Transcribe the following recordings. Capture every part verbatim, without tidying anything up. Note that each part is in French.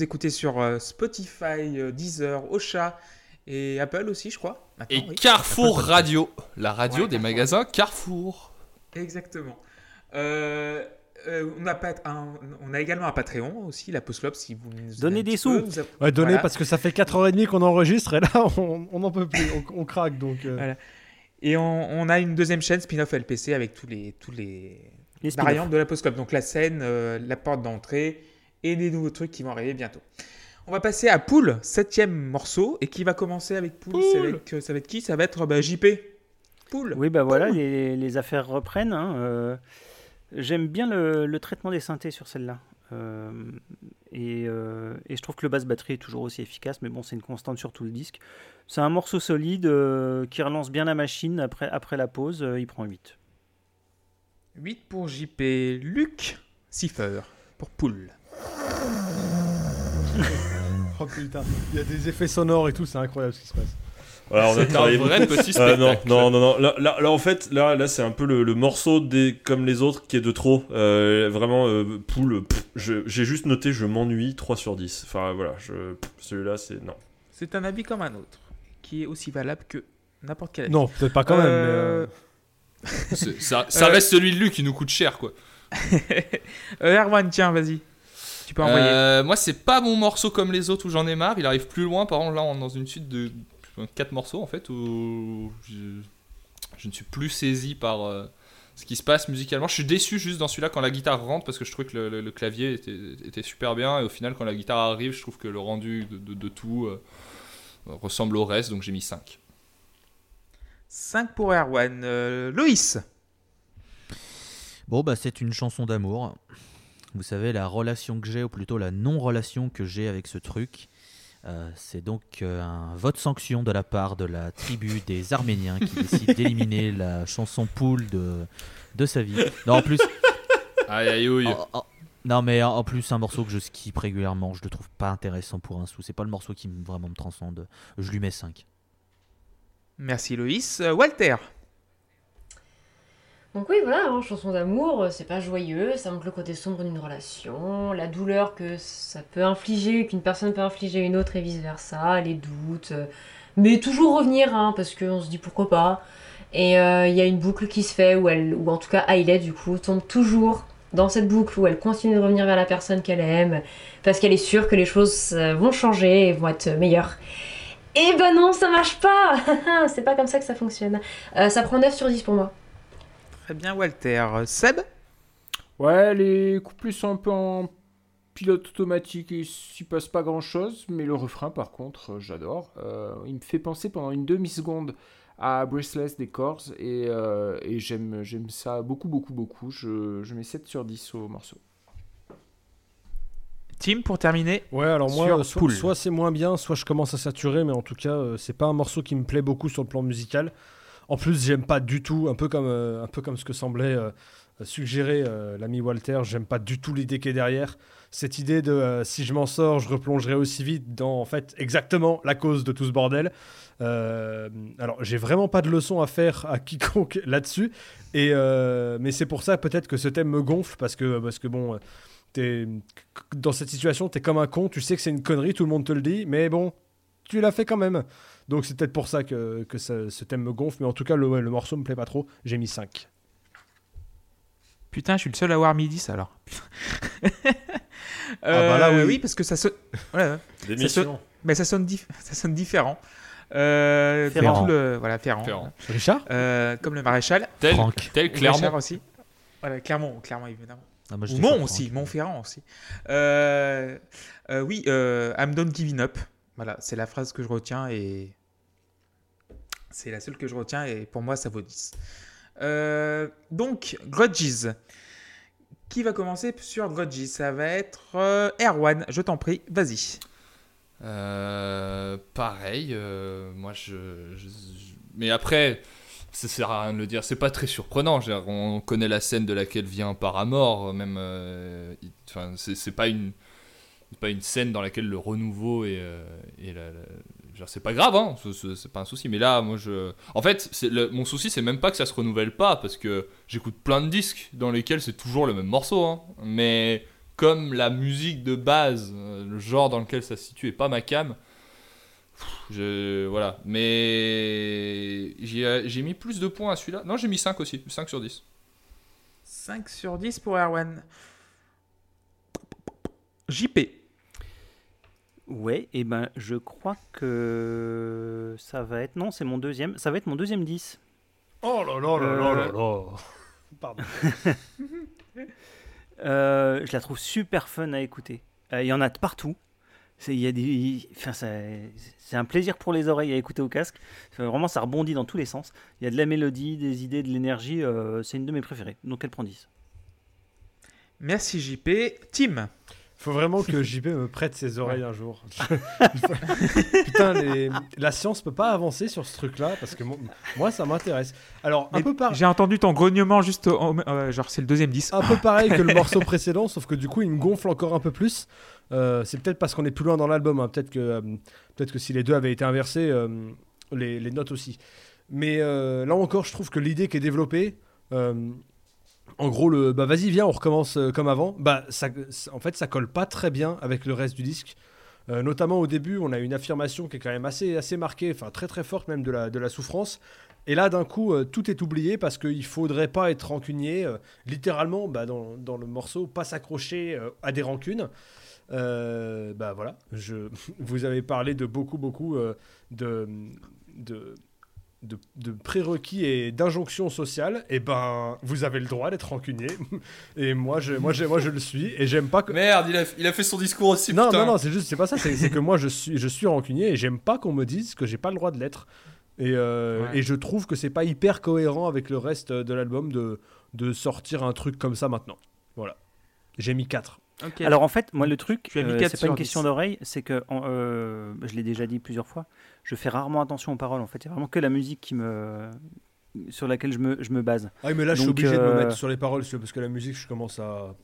nous écouter sur euh, Spotify, euh, Deezer, Ocha et Apple aussi, je crois. Maintenant, Et oui. Carrefour Apple Radio, la radio Ouais, des Carrefour. magasins Carrefour. Exactement. Euh, euh, on, a pas un- on a également un Patreon aussi, la Post Club, si vous nous Donnez aidez un des petit sous. peu, nous a- Ouais, donnez voilà. parce que ça fait quatre heures trente qu'on enregistre et là, on n'en peut plus, on, on craque donc. euh. Voilà. Et on, on a une deuxième chaîne spin-off L P C avec tous les, tous les, Les spin-offs. variantes de la Post Club. Donc la scène, euh, la porte d'entrée et les nouveaux trucs qui vont arriver bientôt. On va passer à Pool, septième morceau. Et qui va commencer avec Pool, Pool. C'est avec, euh, ça va être qui Ça va être bah, J P. Pool. Oui, bah voilà, les, les affaires reprennent. hein, euh, J'aime bien le, le traitement des synthés sur celle-là. Euh, et, euh, et je trouve que le basse batterie est toujours aussi efficace, mais bon, c'est une constante sur tout le disque. C'est un morceau solide euh, qui relance bien la machine après, après la pause. euh, il prend huit. huit pour J P. Luc Cipher pour Pool. Oh putain, il y a des effets sonores et tout, c'est incroyable ce qui se passe. Voilà, on a C'est un travaillé vrai beaucoup. petit Euh, non, spectacle. non, non, non. Là, là, là, en fait, là, là, c'est un peu le, le morceau des, comme les autres qui est de trop. Euh, vraiment, euh, Pool, pff, je- j'ai juste noté, je m'ennuie, trois sur dix. Enfin, voilà, je, pff, celui-là, c'est non. C'est un avis comme un autre, qui est aussi valable que n'importe quel avis. Non, peut-être pas quand même, Euh, mais. C'est- Ça, ça Euh, reste celui de Luc qui nous coûte cher, quoi. Euh, Erwan, tiens, vas-y. Tu peux envoyer. Euh, moi, c'est pas mon morceau comme les autres où j'en ai marre. Il arrive plus loin. Par exemple, là, on est dans une suite de quatre morceaux en fait où je, je ne suis plus saisi par euh, ce qui se passe musicalement. Je suis déçu juste dans celui-là quand la guitare rentre parce que je trouvais que le, le- le clavier était, était super bien et au final, quand la guitare arrive, je trouve que le rendu de, de- de tout euh, ressemble au reste. Donc j'ai mis cinq. cinq pour Erwan. Euh, Loïs. Bon, bah, c'est une chanson d'amour. Vous savez, la relation que j'ai, ou plutôt la non-relation que j'ai avec ce truc, euh, c'est donc euh, un vote sanction de la part de la tribu des Arméniens qui décide d'éliminer la chanson Pool de, de sa vie. Non, en plus, Aïe aïe aïe. en- en- non, mais en en plus, un morceau que je skip régulièrement, je le trouve pas intéressant pour un sou. C'est pas le morceau qui me- vraiment me transcende. Je lui mets cinq. Merci Loïs. Euh, Walter. Donc oui, voilà, hein, chanson d'amour, euh, c'est pas joyeux, ça montre le côté sombre d'une relation, la douleur que ça peut infliger, qu'une personne peut infliger à une autre et vice-versa, les doutes, euh, mais toujours revenir, hein, parce qu'on se dit pourquoi pas. Et euh, il y a une boucle qui se fait, où elle, ou en tout cas Hailey du coup, tombe toujours dans cette boucle où elle continue de revenir vers la personne qu'elle aime, parce qu'elle est sûre que les choses euh, vont changer et vont être meilleures. Et ben non, ça marche pas. C'est pas comme ça que ça fonctionne. Euh, ça prend neuf sur dix pour moi. Très bien Walter. Euh, Seb. Ouais, les couplets sont un peu en pilote automatique et il s'y passe pas grand chose, mais le refrain par contre, euh, j'adore. Euh, il me fait penser pendant une demi-seconde à Breathless des Corrs et, euh, et j'aime, j'aime ça beaucoup, beaucoup, beaucoup. Je, je mets sept sur dix au morceau. Tim, pour terminer. Ouais, alors moi, sur euh, soit, Pool. soit c'est moins bien, soit je commence à saturer, mais en tout cas, euh, c'est pas un morceau qui me plaît beaucoup sur le plan musical. En plus, j'aime pas du tout, un peu comme, euh, un peu comme ce que semblait euh, suggérer euh, l'ami Walter, j'aime pas du tout l'idée qui est derrière. Cette idée de euh, si je m'en sors, je replongerai aussi vite dans en fait exactement la cause de tout ce bordel. Euh, alors, j'ai vraiment pas de leçon à faire à quiconque là-dessus, et, euh, mais c'est pour ça peut-être que ce thème me gonfle parce que, parce que bon. Euh, T'es, dans cette situation, t'es comme un con, tu sais que c'est une connerie, tout le monde te le dit, mais bon, tu l'as fait quand même. Donc c'est peut-être pour ça que, que ça- ce thème me gonfle, mais en tout cas, le, ouais, le morceau me plaît pas trop, j'ai mis cinq. Putain, je suis le seul à avoir mis dix alors. Ah bah là, oui. Oui, parce que ça sonne. Voilà. Démission. Ça sonne... Mais ça sonne, dif- ça sonne différent. Euh, Ferrand. comme tout le... Voilà, Ferrand. Ferrand. Richard Euh, comme le maréchal. Tel, Franck. tel Ou Clermont. Richard aussi. Voilà, Clermont, Clermont évidemment. Ah, moi, je Ou dis Mont Franck. aussi, Montferrand aussi. Euh, euh, oui, euh, I'm done giving up. Voilà, c'est la phrase que je retiens et c'est la seule que je retiens et pour moi ça vaut dix. Euh, donc, Grudges. Qui va commencer sur Grudges? Ça va être euh, Erwan, je t'en prie, vas-y. Euh, pareil, euh, moi je, je- je- Mais après, ça sert à rien de le dire, c'est pas très surprenant. Je veux dire, on connaît la scène de laquelle vient Paramore, même. euh, il- Enfin, c'est, c'est pas une. C'est pas une scène dans laquelle le renouveau est. euh, est la- la- je veux dire, c'est pas grave, hein, c'est, c'est- c'est pas un souci. Mais là, moi je. En fait, c'est le- mon souci, c'est même pas que ça se renouvelle pas, parce que j'écoute plein de disques dans lesquels c'est toujours le même morceau, hein. Mais comme la musique de base, euh, le genre dans lequel ça se situe est pas ma cam. Je, voilà, mais j'ai, j'ai mis plus de points à celui-là. Non, j'ai mis cinq aussi, cinq sur dix. cinq sur dix pour Erwan. J P. Ouais, et ben je crois que ça va être... Non, c'est mon deuxième. Ça va être mon deuxième dix. Oh là là là là là là. Pardon. Euh, je la trouve super fun à écouter. Euh, Il y en a de partout. C'est, il y a des, enfin, ça- c'est un plaisir pour les oreilles à écouter au casque. Enfin, vraiment, ça rebondit dans tous les sens. Il y a de la mélodie, des idées, de l'énergie. euh, c'est une de mes préférées. Donc elle prend dix. Merci J P. Tim. Faut vraiment que J P me prête ses oreilles un jour. Putain, les- la science peut pas avancer sur ce truc-là parce que mo- moi, ça m'intéresse. Alors, un Mais peu, par- J'ai entendu ton grognement juste. au- euh, genre, c'est le deuxième dix. un peu pareil que le morceau précédent, sauf que du coup, il me gonfle encore un peu plus. Euh, c'est peut-être parce qu'on est plus loin dans l'album. hein. Peut-être que, euh, peut-être que si les deux avaient été inversés, euh, les, les notes aussi. Mais euh, là encore, je trouve que l'idée qui est développée, euh, en gros, le bah vas-y, viens, on recommence euh, comme avant. Bah, ça, ça- en fait, ça colle pas très bien avec le reste du disque. Euh, notamment au début, on a une affirmation qui est quand même assez, assez marquée, enfin très très forte même de la, de la souffrance. Et là, d'un coup, euh, tout est oublié parce qu'il faudrait pas être rancunier. euh, littéralement, bah, dans, dans le morceau, pas s'accrocher euh, à des rancunes. Euh, bah voilà, je, vous avez parlé de beaucoup, beaucoup euh, de, de, de, de prérequis et d'injonctions sociales. Et ben, vous avez le droit d'être rancunier. Et moi, je, moi, je, moi, je le suis. Et j'aime pas que. Merde, il a, il a fait son discours aussi, Non, putain. non, non, c'est juste, c'est pas ça. C'est, c'est que moi, je suis, je suis rancunier et j'aime pas qu'on me dise que j'ai pas le droit de l'être. Et, euh, Ouais. et je trouve que c'est pas hyper cohérent avec le reste de l'album de, de sortir un truc comme ça maintenant. Voilà. J'ai mis quatre. Ok. Alors en fait, moi le truc, Tu as mis euh, quatre c'est pas sur une question dix. d'oreille, c'est que, en- euh, je l'ai déjà dit plusieurs fois, je fais rarement attention aux paroles en fait. Il y a vraiment que la musique qui me, sur laquelle je me, je me base. Ah oui, mais là, je suis Donc, obligé de me euh, mettre sur les paroles parce que la musique, je commence à.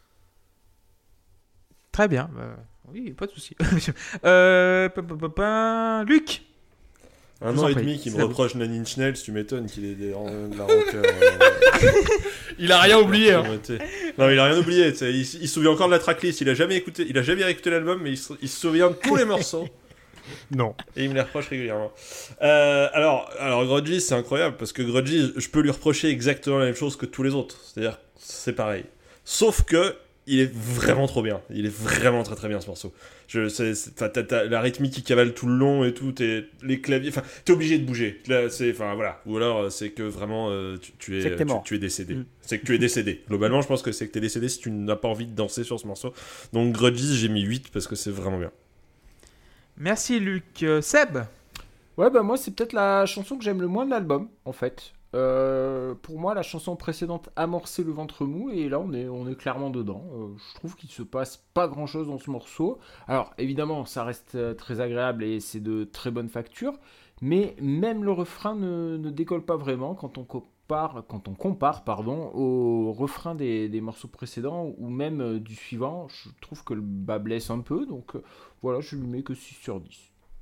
Très bien. bah, oui, pas de souci. euh, pa- pa- pa- pa- Luc. Un Je vous an en et prie, demi qui me c'est à vous. reproche Nine Inch Nails, tu m'étonnes qu'il ait des, de la rancœur. euh, Il a rien oublié. Hein. surmontée. Non, il a rien oublié. tu sais, Il, il se souvient encore de la tracklist. Il a jamais écouté, il a jamais réécouté l'album, mais il se, il se souvient de tous les morceaux. Non. Et il me les reproche régulièrement. Euh, alors, alors Grudges, c'est incroyable parce que Grudges, je peux lui reprocher exactement la même chose que tous les autres. C'est-à-dire, c'est pareil. Sauf que il est vraiment trop bien. Il est vraiment très très bien ce morceau. Je, c'est, c'est- t'as, t'as- t'as la rythmique qui cavale tout le long et tout. T'es, les claviers, enfin, t'es obligé de bouger. Là, c'est, enfin voilà. Ou alors euh, c'est que vraiment euh, tu, tu es, C'est que t'es tu, mort. tu es décédé. Mm. C'est que tu es décédé. Globalement, je pense que c'est que t'es décédé si tu n'as pas envie de danser sur ce morceau. Donc Grudges, j'ai mis huit parce que c'est vraiment bien. Merci Luc. Euh, Seb. Ouais, bah moi, c'est peut-être la chanson que j'aime le moins de l'album, en fait. Euh, pour moi, la chanson précédente amorçait le ventre mou, et là, on est, on est clairement dedans. Euh, je trouve qu'il se passe pas grand-chose dans ce morceau. Alors, évidemment, ça reste euh, très agréable et c'est de très bonne facture, mais même le refrain ne, ne décolle pas vraiment quand on compare, quand on compare pardon, au refrain des, des morceaux précédents ou même euh, du suivant. Je trouve que le bas blesse un peu, donc euh, voilà, je lui mets que six sur dix.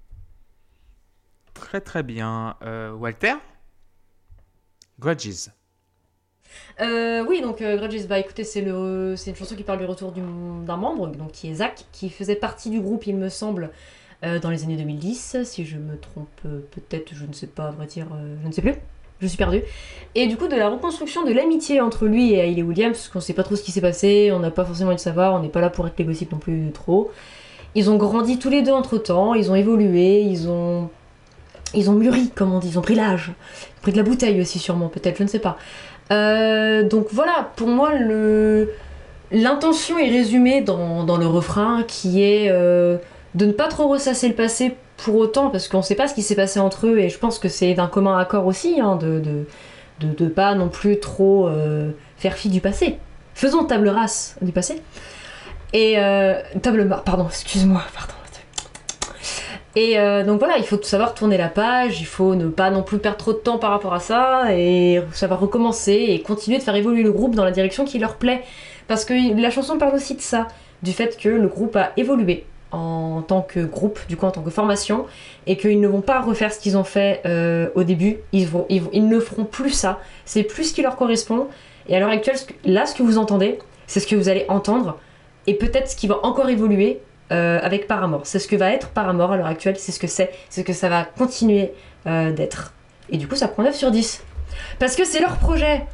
Très très bien. Euh, Walter. Grudges. Euh, oui, donc euh, Grudges, bah écoutez, c'est le, c'est une chanson qui parle du retour du- d'un membre, donc qui est Zach, qui faisait partie du groupe, il me semble, euh, dans les années deux mille dix, si je me trompe, euh, peut-être, je ne sais pas, à vrai dire, euh, je ne sais plus, je suis perdue. Et du coup, de la reconstruction de l'amitié entre lui et Hayley Williams, parce qu'on sait pas trop ce qui s'est passé, on n'a pas forcément envie de savoir, on n'est pas là pour être les gossips non plus trop. Ils ont grandi tous les deux entre temps, ils ont évolué, ils ont. Ils ont mûri, comme on dit, ils ont pris l'âge. Ils ont pris de la bouteille aussi, sûrement, peut-être, je ne sais pas. Euh, donc voilà, pour moi, le... l'intention est résumée dans, dans le refrain, qui est euh, de ne pas trop ressasser le passé pour autant, parce qu'on ne sait pas ce qui s'est passé entre eux, et je pense que c'est d'un commun accord aussi, hein, de, de, de, de pas non plus trop euh, faire fi du passé. Faisons table rase du passé. Et euh, table mar- pardon, excuse-moi, pardon. Et euh, donc voilà, il faut savoir tourner la page, il faut ne pas non plus perdre trop de temps par rapport à ça, et savoir recommencer et continuer de faire évoluer le groupe dans la direction qui leur plaît. Parce que la chanson parle aussi de ça, du fait que le groupe a évolué en tant que groupe, du coup en tant que formation, et qu'ils ne vont pas refaire ce qu'ils ont fait euh, au début, ils, vont, ils, vont- ils ne feront plus ça, c'est plus ce qui leur correspond. Et à l'heure actuelle, ce que- là ce que vous entendez, c'est ce que vous allez entendre et peut-être ce qui va encore évoluer euh, avec Paramore. C'est ce que va être Paramore à l'heure actuelle, c'est ce que c'est, c'est ce que ça va continuer euh, d'être. Et du coup, ça prend neuf sur dix. Parce que c'est leur projet.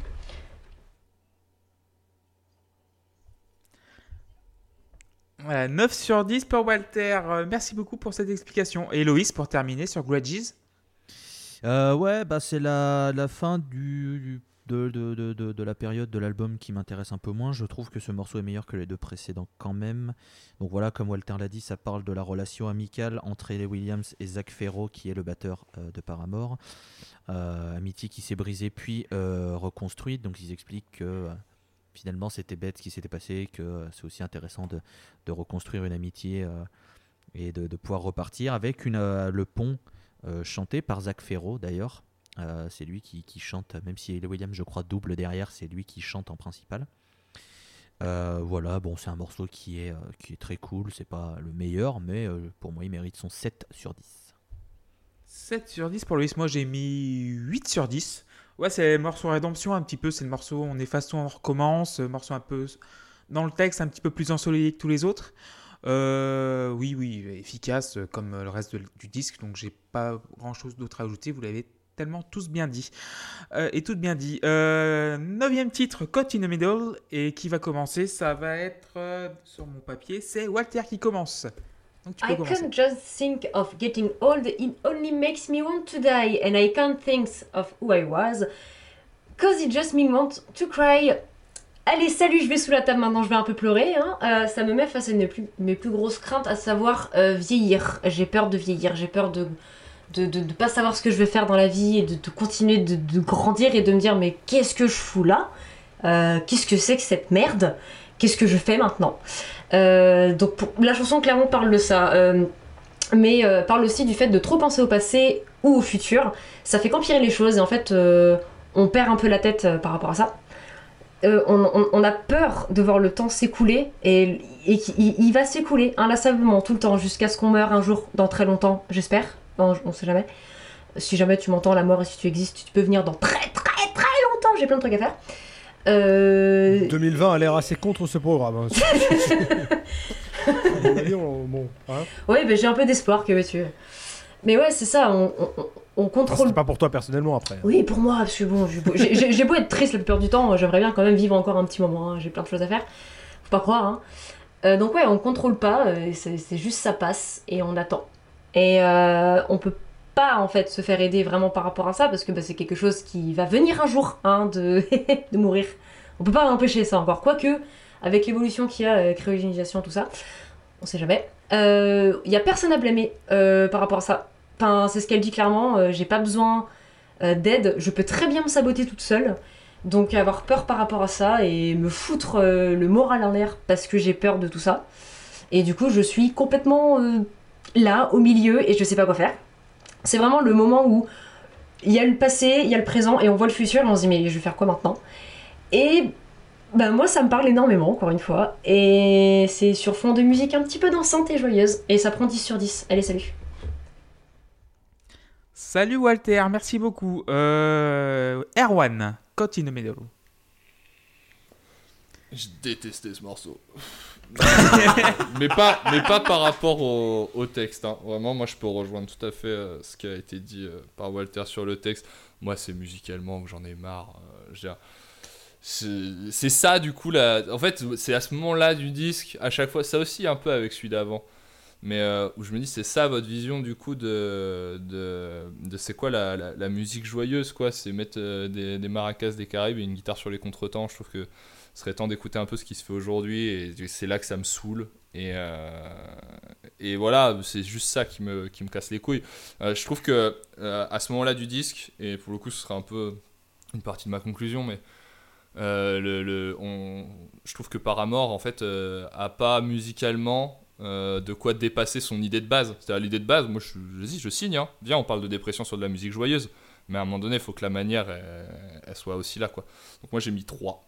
Voilà, neuf sur dix pour Walter. Euh, merci beaucoup pour cette explication. Et Loïs, pour terminer sur Grudges. Euh, ouais, bah c'est la, la fin du, du- de, de, de, de, de la période de l'album qui m'intéresse un peu moins. Je trouve que ce morceau est meilleur que les deux précédents quand même. Donc voilà, comme Walter l'a dit, ça parle de la relation amicale entre Hayley Williams et Zach Ferro, qui est le batteur euh, de Paramore. Euh, amitié qui s'est brisée puis euh, reconstruite. Donc ils expliquent que euh, finalement c'était bête ce qui s'était passé, que euh, c'est aussi intéressant de, de reconstruire une amitié euh, et de, de pouvoir repartir avec une, euh, le pont euh, chanté par Zach Ferro d'ailleurs. Euh, c'est lui qui, qui chante, même si Hayley Williams je crois double derrière, c'est lui qui chante en principal. Euh, voilà, bon c'est un morceau qui est, euh, qui est très cool, c'est pas le meilleur, mais euh, pour moi il mérite son sept sur dix. sept sur dix pour Loïs. Moi, j'ai mis huit sur dix. Ouais, c'est le morceau rédemption un petit peu. C'est le morceau on efface tout, on recommence. Le morceau un peu dans le texte, un petit peu plus ensoleillé que tous les autres. Euh, oui, oui, efficace euh, comme le reste de- du disque. Donc, j'ai pas grand chose d'autre à ajouter. Vous l'avez tellement tous bien dit. Euh, et toutes bien dit. Euh, neuvième titre, Caught in the Middle. Et qui va commencer? Ça va être euh, sur mon papier. C'est Walter qui commence. Donc, tu peux I commencer. can't just think of getting old, it only makes me want to die, and I can't think of who I was, cause it just me want to cry. Allez, salut, je vais sous la table maintenant, je vais un peu pleurer. Hein. Euh, ça me met face à mes plus, mes plus grosses craintes, à savoir euh, vieillir. J'ai peur de vieillir, j'ai peur de de, de, de pas savoir ce que je vais faire dans la vie et de, de continuer de, de grandir et de me dire mais qu'est-ce que je fous là Euh, Qu'est-ce que c'est que cette merde Qu'est-ce que je fais maintenant Euh, Donc pour, la chanson clairement parle de ça. Euh, mais euh, parle aussi du fait de trop penser au passé ou au futur. Ça fait qu'empirer les choses et en fait euh, on perd un peu la tête euh, par rapport à ça. Euh, on, on- on a peur de voir le temps s'écouler et, et qu'il- il, il va s'écouler inlassablement tout le temps jusqu'à ce qu'on meure un jour dans très longtemps, j'espère. Non, on sait jamais. Si jamais tu m'entends, la mort, et si tu existes, tu peux venir dans très très très longtemps. J'ai plein de trucs à faire. Euh... deux mille vingt a l'air assez contre ce programme. Hein. À mon avis, on- bon, hein. Ouais, ben j'ai un peu d'espoir, que veux-tu. Mais ouais, c'est ça, on, on, on Enfin, contrôle. c'était pas pour toi personnellement après. Oui, pour moi, parce que bon, j'ai beau, j'ai- j'ai- j'ai beau être triste la plupart du temps, j'aimerais bien quand même vivre encore un petit moment. Hein, j'ai plein de choses à faire. Faut pas croire. Hein. Euh, donc ouais, on contrôle pas, euh, c'est c'est juste ça passe et on attend. Et euh, on peut pas en fait se faire aider vraiment par rapport à ça parce que bah, c'est quelque chose qui va venir un jour hein, de, de mourir. On peut pas empêcher ça encore. Quoique, avec l'évolution qu'il y a, euh, cryogénisation, tout ça, on sait jamais. Il euh, y a personne à blâmer euh, par rapport à ça. Enfin, c'est ce qu'elle dit clairement. euh, J'ai pas besoin euh, d'aide. Je peux très bien me saboter toute seule. Donc avoir peur par rapport à ça et me foutre euh, le moral en l'air parce que j'ai peur de tout ça. Et du coup, je suis complètement euh, là, au milieu, et je sais pas quoi faire. C'est vraiment le moment où il y a le passé, il y a le présent, et on voit le futur, et on se dit, mais je vais faire quoi maintenant? Et ben moi, ça me parle énormément, encore une fois. Et c'est sur fond de musique un petit peu dansante et joyeuse. Et ça prend dix sur dix. Allez, salut. Salut Walter, merci beaucoup. Euh, Erwan, Caught in the Middle. Je détestais ce morceau. mais, pas, mais pas par rapport au, au texte. Hein. Vraiment, moi, je peux rejoindre tout à fait euh, ce qui a été dit euh, par Walter sur le texte. Moi, c'est musicalement que j'en ai marre. Euh, je veux dire, c'est, c'est ça, du coup. Là, en fait, c'est à ce moment-là du disque, à chaque fois, ça aussi un peu avec celui d'avant. Mais euh, où je me dis, c'est ça votre vision, du coup, de, de, de c'est quoi la, la, la musique joyeuse, quoi. C'est mettre euh, des, des maracas des Caraïbes et une guitare sur les contretemps. Je trouve que ce serait temps d'écouter un peu ce qui se fait aujourd'hui et c'est là que ça me saoule et, euh, et voilà, c'est juste ça qui me, qui me casse les couilles. Euh, je trouve que euh, à ce moment là du disque, et pour le coup ce sera un peu une partie de ma conclusion, mais euh, le, le, on, je trouve que Paramore en fait euh, a pas musicalement euh, de quoi dépasser son idée de base. C'est-à-dire l'idée de base, moi je, je, je signe, hein. Viens, on parle de dépression sur de la musique joyeuse, mais à un moment donné il faut que la manière elle, elle soit aussi là, quoi. Donc moi j'ai mis trois.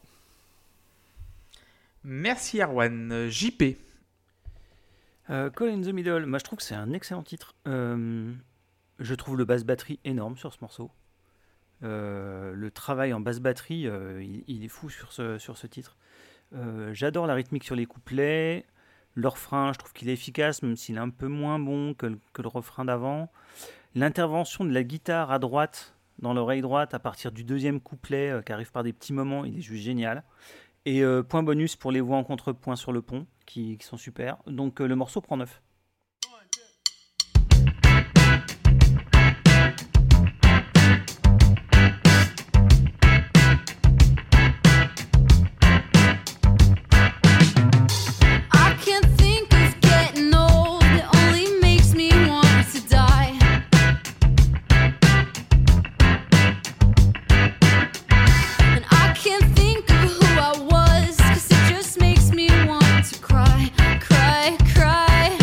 Merci Erwan. J P. Euh, Call in the Middle, moi je trouve que c'est un excellent titre. Euh, je trouve le basse batterie énorme sur ce morceau. Euh, le travail en basse batterie, euh, il, il est fou sur ce, sur ce titre. Euh, j'adore la rythmique sur les couplets. Le refrain, je trouve qu'il est efficace, même s'il est un peu moins bon que le, que le refrain d'avant. L'intervention de la guitare à droite, dans l'oreille droite, à partir du deuxième couplet, euh, qui arrive par des petits moments, il est juste génial. Et euh, point bonus pour les voix en contrepoint sur le pont, qui, qui sont super. Donc euh, le morceau prend neuf. Cry, cry, cry.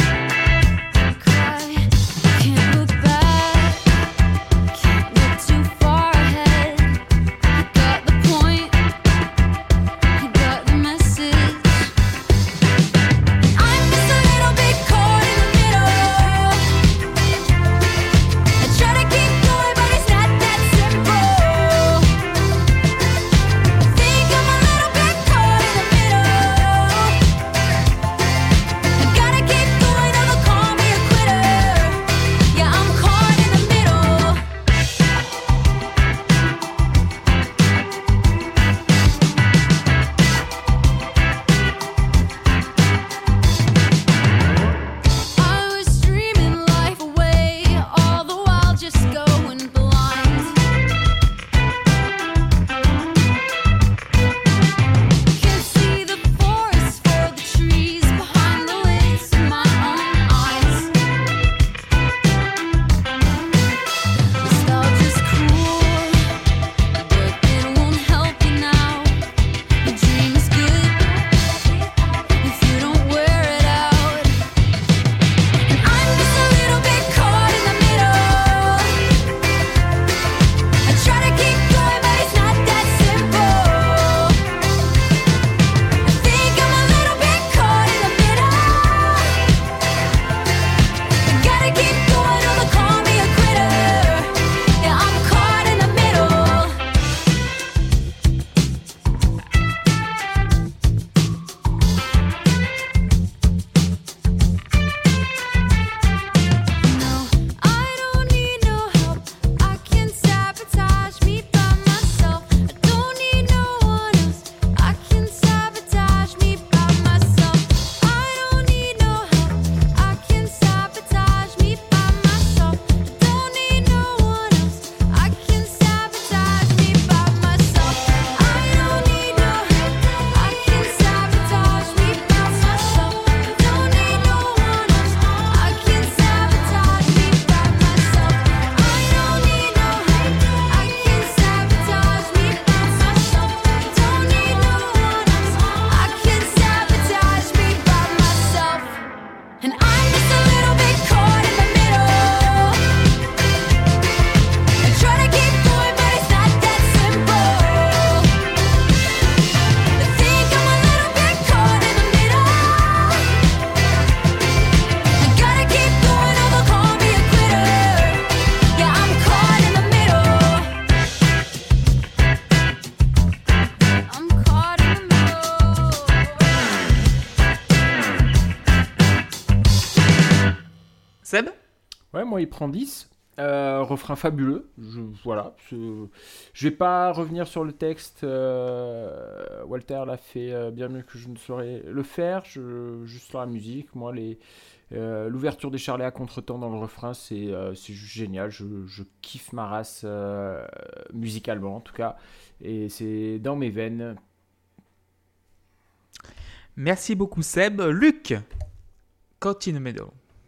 Seb? Ouais, moi il prend dix. Euh, refrain fabuleux. Je, voilà. Je, je vais pas revenir sur le texte. Euh, Walter l'a fait euh, bien mieux que je ne saurais le faire. Je, juste sur la musique. Moi, les, euh, l'ouverture des charlets à contretemps dans le refrain, c'est, euh, c'est juste génial. Je, je kiffe ma race euh, musicalement en tout cas. Et c'est dans mes veines. Merci beaucoup Seb. Luc, Caught in the Middle.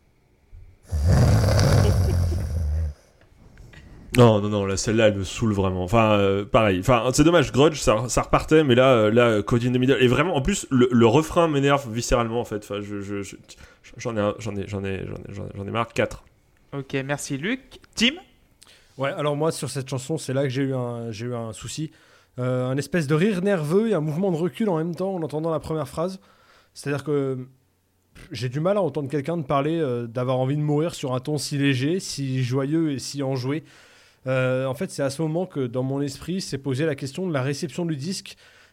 Non, non, non, là, celle-là, elle me saoule vraiment. Enfin, euh, pareil. Enfin, c'est dommage, Grudge, ça, ça repartait, mais là, euh, là, Caught in the Middle. Et vraiment, en plus, le, le refrain m'énerve viscéralement, en fait. Enfin, je, je, je, j'en ai, un- j'en ai, j'en ai, j'en ai, j'en ai, j'en ai marre. quatre. Ok, merci Luc. Tim? Ouais, alors moi, sur cette chanson, c'est là que j'ai eu un, j'ai eu un souci. Euh, un espèce de rire nerveux et un mouvement de recul en même temps en entendant la première phrase. C'est-à-dire que j'ai du mal à entendre quelqu'un de parler euh, d'avoir envie de mourir sur un ton si léger, si joyeux et si enjoué. Euh, en fait, c'est à ce moment que dans mon esprit s'est posé la question de la réception du disque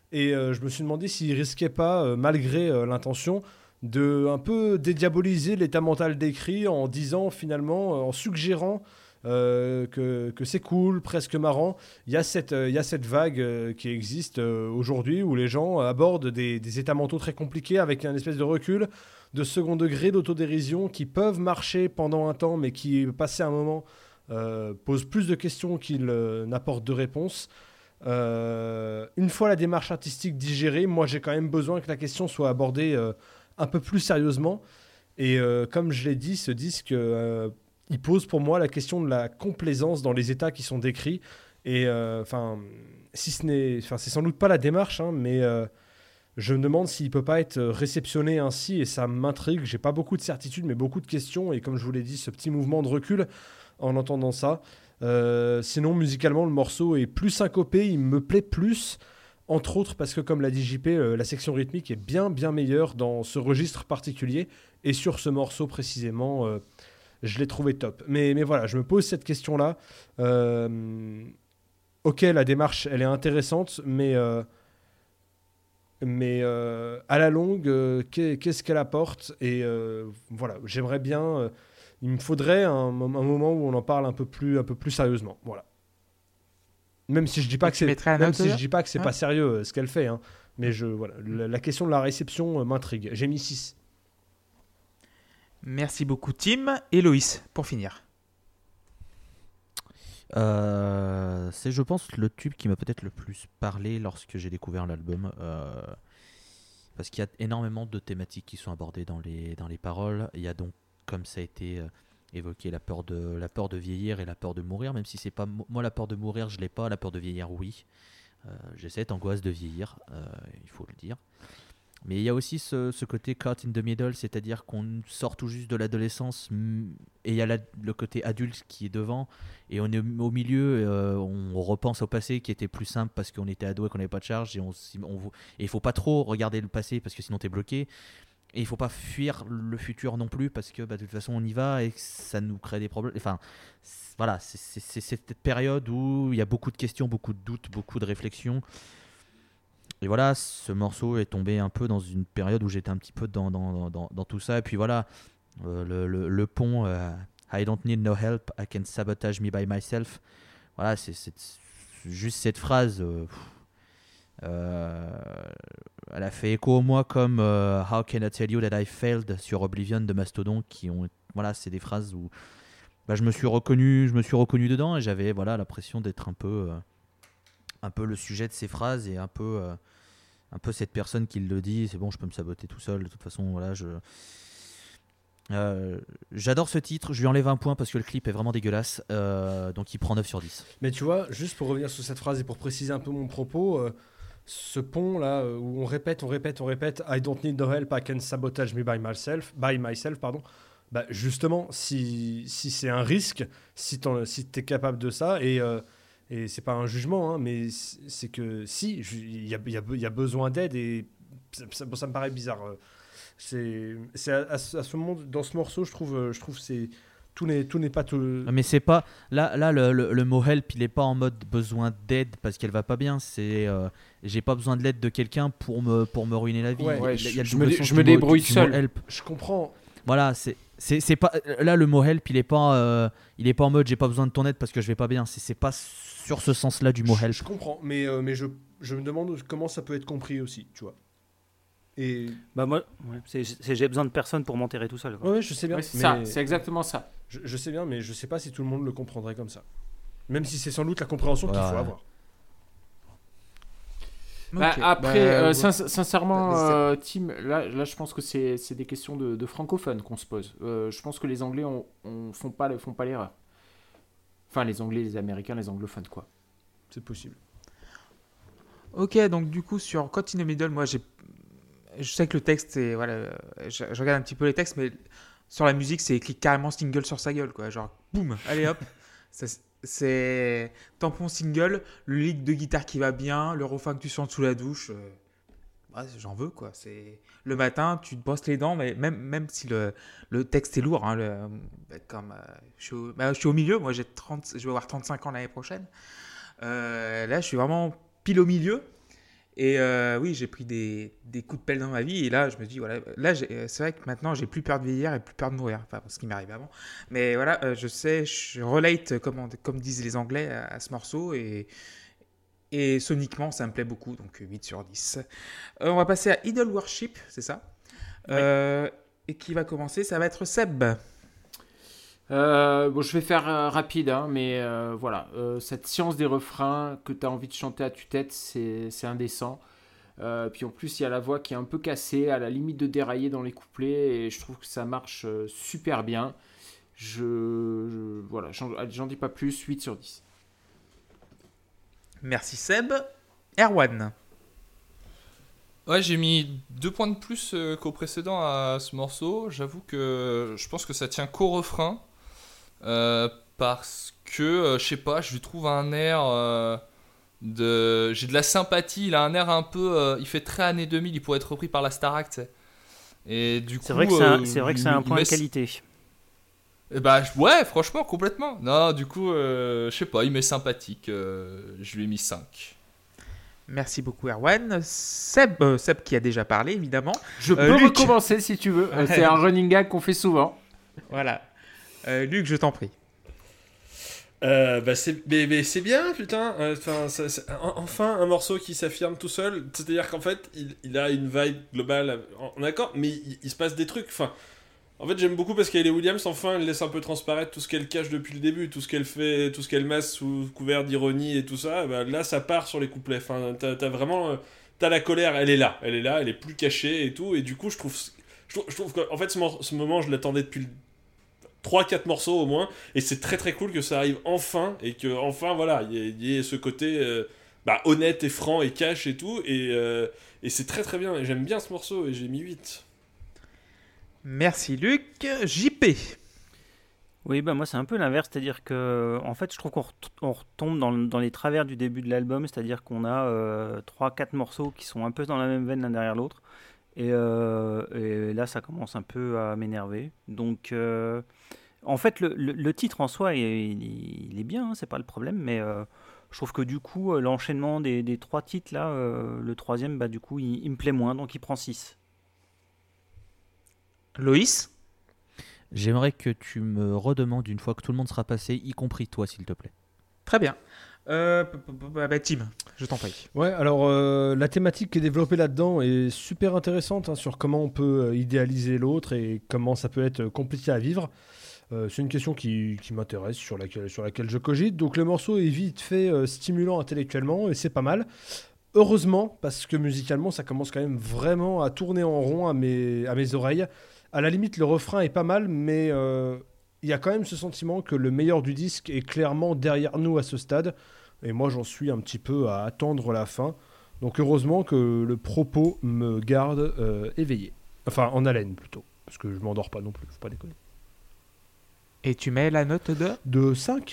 Et euh, je me suis demandé s'il risquait pas, euh, malgré euh, l'intention, de un peu dédiaboliser l'état mental d'écrit en disant finalement, euh, en suggérant euh, que, que c'est cool, presque marrant. Il y a cette, euh, il y a cette vague euh, qui existe euh, aujourd'hui où les gens abordent des, des états mentaux très compliqués avec un espèce de recul, de second degré, d'autodérision qui peuvent marcher pendant un temps, mais qui, passé un moment, euh, posent plus de questions qu'ils euh, n'apportent de réponses. Euh, une fois la démarche artistique digérée, moi j'ai quand même besoin que la question soit abordée euh, un peu plus sérieusement. Et euh, comme je l'ai dit, ce disque, euh, il pose pour moi la question de la complaisance dans les états qui sont décrits. Et enfin, euh, si ce n'est, enfin, c'est sans doute pas la démarche, hein, mais euh, je me demande s'il peut pas être réceptionné ainsi. Et ça m'intrigue. J'ai pas beaucoup de certitudes, mais beaucoup de questions. Et comme je vous l'ai dit, ce petit mouvement de recul en entendant ça. Euh, sinon, musicalement, le morceau est plus syncopé. Il me plaît plus. Entre autres parce que, comme l'a dit J P, euh, la section rythmique est bien, bien meilleure dans ce registre particulier. Et sur ce morceau précisément, euh, je l'ai trouvé top. Mais, mais voilà, je me pose cette question-là. Euh, ok, la démarche, elle est intéressante, mais, euh, mais euh, à la longue, euh, qu'est-ce qu'elle apporte? Et euh, voilà, j'aimerais bien... Euh, il me faudrait un, un moment où on en parle un peu plus, un peu plus sérieusement. Voilà. Même si je dis pas que c'est, même si je dis pas que c'est ouais. pas sérieux euh, ce qu'elle fait, hein. Mais je, voilà, la, la question de la réception euh, m'intrigue. J'ai mis six. Merci beaucoup Tim. Et Loïs, pour finir. Euh, c'est, je pense, le tube qui m'a peut-être le plus parlé lorsque j'ai découvert l'album. Euh, parce qu'il y a énormément de thématiques qui sont abordées dans les, dans les paroles. Il y a donc, comme ça a été... Euh, évoquer la peur de la peur de vieillir et la peur de mourir, même si c'est pas moi la peur de mourir, je l'ai pas, la peur de vieillir oui. Euh, j'ai cette angoisse de vieillir, euh, il faut le dire. Mais il y a aussi ce, ce côté caught in the middle, c'est-à-dire qu'on sort tout juste de l'adolescence et il y a la, le côté adulte qui est devant et on est au milieu, euh, on repense au passé qui était plus simple parce qu'on était ado et qu'on n'avait pas de charge et on, on, et il faut pas trop regarder le passé parce que sinon t'es bloqué. Et il ne faut pas fuir le futur non plus parce que bah, de toute façon on y va et ça nous crée des problèmes. Enfin, c'est, voilà, c'est, c'est, c'est cette période où il y a beaucoup de questions, beaucoup de doutes, beaucoup de réflexions. Et voilà, ce morceau est tombé un peu dans une période où j'étais un petit peu dans, dans, dans, dans tout ça. Et puis voilà, euh, le, le, le pont euh, I don't need no help, I can sabotage me by myself. Voilà, c'est, c'est, c'est juste cette phrase. Euh, Euh, elle a fait écho au moi comme euh, How can I tell you that I failed sur Oblivion de Mastodon qui ont voilà, c'est des phrases où bah, je me suis reconnu je me suis reconnu dedans et j'avais voilà l'impression d'être un peu euh, un peu le sujet de ces phrases et un peu euh, un peu cette personne qui le dit, c'est bon, je peux me saboter tout seul de toute façon, voilà, je Euh, j'adore ce titre, je lui enlève un point parce que le clip est vraiment dégueulasse, euh, donc il prend neuf sur dix. Mais tu vois, juste pour revenir sur cette phrase et pour préciser un peu mon propos, euh, ce pont là où on répète, on répète, on répète I don't need no help, I can sabotage me by myself, by myself pardon. Bah justement, si, si c'est un risque, si tu si es capable de ça, et, euh, et c'est pas un jugement, hein, mais c'est que si, il y a, y, a, y a besoin d'aide et ça, ça, bon, ça me paraît bizarre. C'est, c'est à, à, à ce moment, dans ce morceau, je trouve, je trouve c'est tout n'est, tout n'est pas tout. Mais c'est pas là, là le, le, le mot help, il est pas en mode besoin d'aide parce qu'elle va pas bien. C'est euh, j'ai pas besoin de l'aide de quelqu'un pour me pour me ruiner la vie. Ouais, ouais, il y a, il y a je, me, je me débrouille seul. Help. Je comprends. Voilà, c'est c'est c'est pas là le mot help, il est pas euh, il est pas en mode j'ai pas besoin de ton aide parce que je vais pas bien. C'est c'est pas sur ce sens-là du mot je, help. Je comprends, mais euh, mais je je me demande comment ça peut être compris aussi, tu vois. Et bah moi, ouais, c'est, c'est j'ai besoin de personne pour m'enterrer tout seul. Ouais, je sais bien. Ouais, c'est mais ça, c'est exactement ça. Je, je sais bien, mais je sais pas si tout le monde le comprendrait comme ça. Même si c'est sans doute la compréhension voilà. qu'il faut avoir. Bah, okay. Après, bah, euh, ouais. sin- sincèrement, euh, Tim, là, là, je pense que c'est, c'est des questions de, de francophones qu'on se pose. Euh, je pense que les Anglais on, on font pas, font pas l'erreur. Enfin, les Anglais, les Américains, les anglophones, quoi. C'est possible. Ok, donc du coup, sur Caught in the Middle, moi, j'ai... je sais que le texte, c'est... Voilà, je, je regarde un petit peu les textes, mais sur la musique, c'est écrit carrément single sur sa gueule, quoi. Genre, boum, allez hop. Ça, c'est tampon single, le lead de guitare qui va bien, le refrain que tu sens sous la douche. Euh... Ouais, j'en veux, quoi. C'est... Le matin, tu te brosses les dents, mais même, même si le, le texte est lourd, hein, le, comme, euh, je, suis au, bah, je suis au milieu, moi j'ai trente, je vais avoir trente-cinq ans l'année prochaine. Euh, là, je suis vraiment pile au milieu. Et euh, oui, j'ai pris des, des coups de pelle dans ma vie. Et là, je me dis, voilà, là, j'ai- c'est vrai que maintenant, j'ai plus peur de vieillir et plus peur de mourir. Enfin, ce qui m'arrive avant. Mais voilà, euh, je sais, je relate, comme, on- comme disent les Anglais, à, à ce morceau. Et, et soniquement, ça me plaît beaucoup. Donc, huit sur dix. Euh, on va passer à Idol Worship, c'est ça. Euh, et qui va commencer? Ça va être Seb. Euh, bon, je vais faire euh, rapide, hein, mais euh, voilà, euh, cette science des refrains que tu as envie de chanter à tue-tête, c'est, c'est indécent. Euh, puis en plus, il y a la voix qui est un peu cassée, à la limite de dérailler dans les couplets, et je trouve que ça marche euh, super bien. Je, je- voilà, j'en, j'en dis pas plus, huit sur dix. Merci Seb. Erwan. Ouais, j'ai mis deux points de plus euh, qu'au précédent à ce morceau. J'avoue que je pense que ça tient qu'au refrain. euh, parce que, euh, je sais pas, je lui trouve un air euh, de... J'ai de la sympathie, il a un air un peu... euh, il fait très années deux mille, il pourrait être repris par la Starac, tu sais. Et du C'est coup... vrai que c'est un, euh, c'est vrai que il c'est me- un il point me de laisse- qualité. Eh bah, je- ouais, franchement, complètement. Non, du coup, euh, je sais pas, il m'est sympathique. euh, je lui ai mis cinq. Merci beaucoup Erwan. Seb, euh, Seb qui a déjà parlé évidemment. Je Euh, peux Luc. recommencer si tu veux, Euh, c'est un running gag qu'on fait souvent. Voilà. Euh, Luc, je t'en prie. Euh, bah c'est, mais, mais c'est bien, putain. Euh, Enfin, ça- c'est- en- enfin, un morceau qui s'affirme tout seul. C'est-à-dire qu'en fait, il, il a une vibe globale en, en accord, mais il, il se passe des trucs. Enfin, en fait, j'aime beaucoup parce qu'Hayley Williams, enfin, elle laisse un peu transparaître tout ce qu'elle cache depuis le début, tout ce qu'elle fait, tout ce qu'elle masse sous couvert d'ironie et tout ça. Bah, là, ça part sur les couplets. Enfin, t'as, t'as vraiment, euh, t'as la colère, elle est là, elle est là, elle est plus cachée et tout. Et du coup, je trouve, je trouve, je trouve qu'en fait, ce, mor- ce moment, je l'attendais depuis le trois quatre morceaux au moins, et c'est très très cool que ça arrive enfin, et que enfin voilà, il y, ait- il y ait ce côté euh, bah, honnête et franc et cash et tout, et, euh, et c'est très très bien, et j'aime bien ce morceau, et j'ai mis huit. Merci Luc. J P. Oui, bah moi c'est un peu l'inverse, c'est-à-dire que en fait je trouve qu'on ret- on retombe dans, le- dans les travers du début de l'album, c'est-à-dire qu'on a euh, trois quatre morceaux qui sont un peu dans la même veine l'un derrière l'autre, et, euh, et là ça commence un peu à m'énerver. Donc euh, en fait le, le- le titre en soi il, il- il est bien, hein, c'est pas le problème, mais euh, je trouve que du coup euh, l'enchaînement des, des trois titres là, euh, le troisième bah du coup il, il me plaît moins, donc il prend six. Loïs. J'aimerais que tu me redemandes une fois que tout le monde sera passé, y compris toi, s'il te plaît. Très bien. Euh, p- p- p- bah, Tim, je t'en prie. Ouais, alors euh, la thématique qui est développée là-dedans est super intéressante hein, sur comment on peut euh, idéaliser l'autre et comment ça peut être compliqué à vivre. Euh, c'est une question qui, qui m'intéresse, sur laquelle, sur laquelle je cogite. Donc le morceau est vite fait euh, stimulant intellectuellement et c'est pas mal. Heureusement, parce que musicalement, ça commence quand même vraiment à tourner en rond à mes, à mes oreilles. À la limite, le refrain est pas mal, mais euh, il y a quand même ce sentiment que le meilleur du disque est clairement derrière nous à ce stade. Et moi, j'en suis un petit peu à attendre la fin. Donc heureusement que le propos me garde euh, éveillé. Enfin, en haleine plutôt. Parce que je m'endors pas non plus, faut pas déconner. Et tu mets la note de De cinq.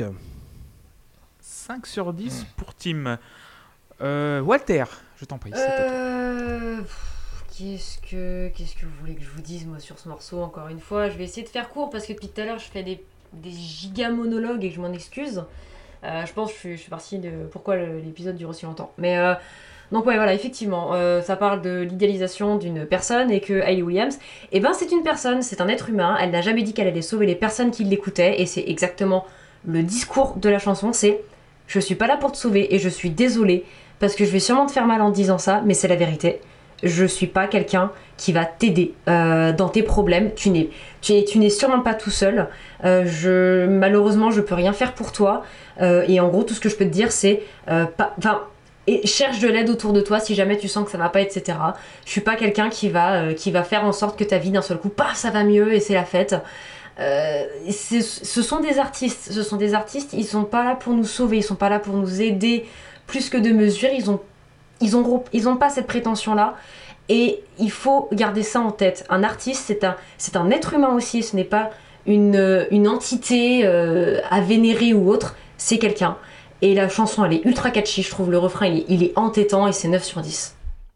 cinq sur dix pour Tim. Euh, Walter, je t'en prie. c'est à toi. Euh, pff, Qu'est-ce que, qu'est-ce que vous voulez que je vous dise, moi, sur ce morceau, encore une fois? Je vais essayer de faire court, parce que depuis tout à l'heure, je fais des, des giga monologues et que je m'en excuse. Euh, je pense que je suis, je suis partie de pourquoi le- l'épisode dure aussi longtemps. Mais euh, donc ouais, voilà, effectivement, euh, ça parle de l'idéalisation d'une personne et que Hayley Williams, eh ben c'est une personne, c'est un être humain. Elle n'a jamais dit qu'elle allait sauver les personnes qui l'écoutaient, et c'est exactement le discours de la chanson. C'est je suis pas là pour te sauver et je suis désolée parce que je vais sûrement te faire mal en te disant ça, mais c'est la vérité. Je suis pas quelqu'un qui va t'aider euh, dans tes problèmes. Tu n'es, tu n'es, tu n'es sûrement pas tout seul. Euh, je, malheureusement, je peux rien faire pour toi. Euh, et en gros, tout ce que je peux te dire, c'est, euh, pas, enfin, et cherche de l'aide autour de toi si jamais tu sens que ça va pas, et cetera. Je suis pas quelqu'un qui va, euh, qui va faire en sorte que ta vie d'un seul coup, paf, ça va mieux et c'est la fête. Euh, c'est, ce sont des artistes. Ce sont des artistes. Ils sont pas là pour nous sauver. Ils sont pas là pour nous aider plus que de mesure. Ils ont Ils ont, ils ont pas cette prétention-là, et il faut garder ça en tête. Un artiste, c'est un, c'est un être humain aussi, ce n'est pas une, une entité euh, à vénérer ou autre, c'est quelqu'un. Et la chanson, elle est ultra catchy, je trouve, le refrain, il est, il est entêtant, et c'est neuf sur dix.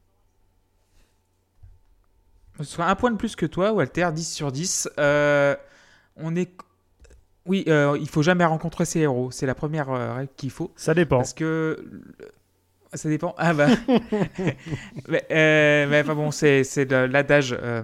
Soit un point de plus que toi, Walter, dix sur dix. Euh, on est... Oui, euh, il faut jamais rencontrer ses héros. C'est la première euh, règle qu'il faut. Ça dépend. Parce que... Ça dépend. Ah bah. mais, euh, mais enfin bon, c'est, c'est de l'adage euh,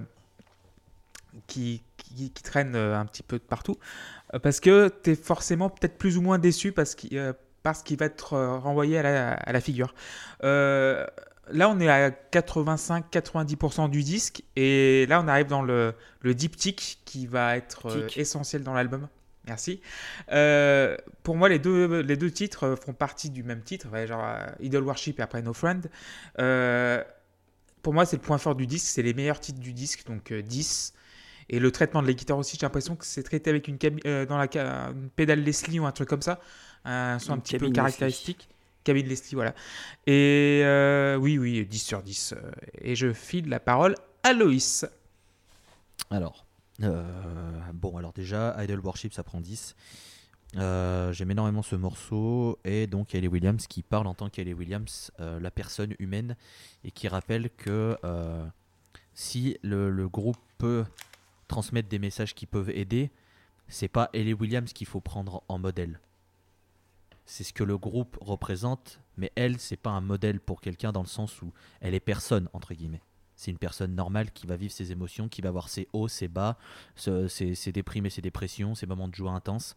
qui, qui, qui traîne euh, un petit peu de partout. Euh, parce que tu es forcément peut-être plus ou moins déçu parce qu'il, euh, parce qu'il va être euh, renvoyé à la, à la figure. Euh, là, on est à quatre-vingt-cinq à quatre-vingt-dix pour cent du disque. Et là, on arrive dans le, le diptyque qui va être euh, essentiel dans l'album. Merci. Euh, pour moi, les deux, les deux titres font partie du même titre, ouais, genre euh, Idol Worship et après No Friend. Euh, pour moi, c'est le point fort du disque, c'est les meilleurs titres du disque, donc euh, dix. Et le traitement de la guitare aussi, j'ai l'impression que c'est traité avec une, cami- euh, dans la ca- une pédale Leslie ou un truc comme ça, un son un Une petit peu cabine caractéristique. Cabine Leslie, voilà. Et euh, oui, oui, dix sur dix. euh, Et je file la parole à Loïs. Alors, euh, bon, alors déjà, Idol Worship, ça prend dix. Euh, j'aime énormément ce morceau et donc Hayley Williams qui parle en tant qu'Hayley Williams, euh, la personne humaine, et qui rappelle que euh, si le, le groupe peut transmettre des messages qui peuvent aider, c'est pas Hayley Williams qu'il faut prendre en modèle. C'est ce que le groupe représente, mais elle, c'est pas un modèle pour quelqu'un dans le sens où elle est personne, entre guillemets. C'est une personne normale qui va vivre ses émotions, qui va avoir ses hauts, ses bas, ses, ses, ses déprimes et ses dépressions, ses moments de joie intense.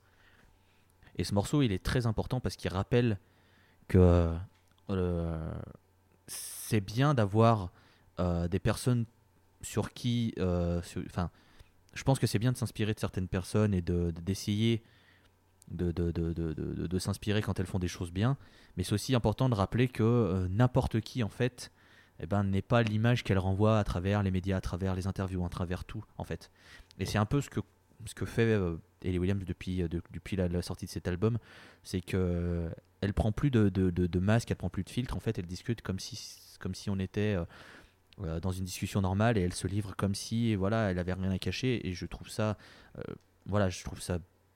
Et ce morceau, il est très important parce qu'il rappelle que euh, c'est bien d'avoir euh, des personnes sur qui... euh, sur, enfin, je pense que c'est bien de s'inspirer de certaines personnes et de, de, d'essayer de, de, de, de, de, de s'inspirer quand elles font des choses bien. Mais c'est aussi important de rappeler que euh, n'importe qui, en fait, eh ben, n'est pas l'image qu'elle renvoie à travers les médias, à travers les interviews, à travers tout, en fait. Et c'est un peu ce que, ce que fait euh, Hayley Williams depuis, de, depuis la, la sortie de cet album, c'est qu'elle euh, ne prend plus de, de, de, de masque, elle ne prend plus de filtre, en fait, elle discute comme si, comme si on était euh, euh, dans une discussion normale, et elle se livre comme si voilà, elle n'avait rien à cacher, et je trouve ça, euh, voilà, je trouve ça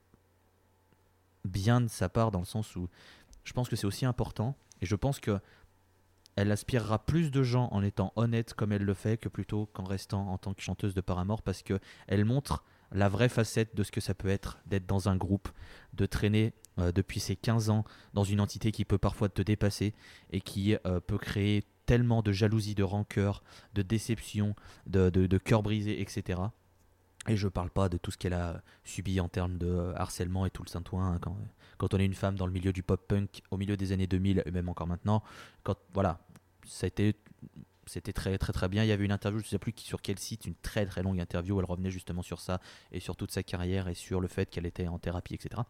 bien de sa part, dans le sens où je pense que c'est aussi important, et je pense que elle aspirera plus de gens en étant honnête comme elle le fait que plutôt qu'en restant en tant que chanteuse de Paramore, parce qu'elle montre la vraie facette de ce que ça peut être d'être dans un groupe, de traîner euh, depuis ses quinze ans dans une entité qui peut parfois te dépasser et qui euh, peut créer tellement de jalousie, de rancœur, de déception, de, de, de cœur brisé, et cetera. Et je parle pas de tout ce qu'elle a subi en termes de harcèlement et tout le saintouin, hein, quand, quand on est une femme dans le milieu du pop-punk au milieu des années deux mille et même encore maintenant, quand voilà, ça a été, c'était très très très bien. Il y avait une interview, je ne sais plus sur quel site, une très très longue interview où elle revenait justement sur ça et sur toute sa carrière et sur le fait qu'elle était en thérapie, et cetera.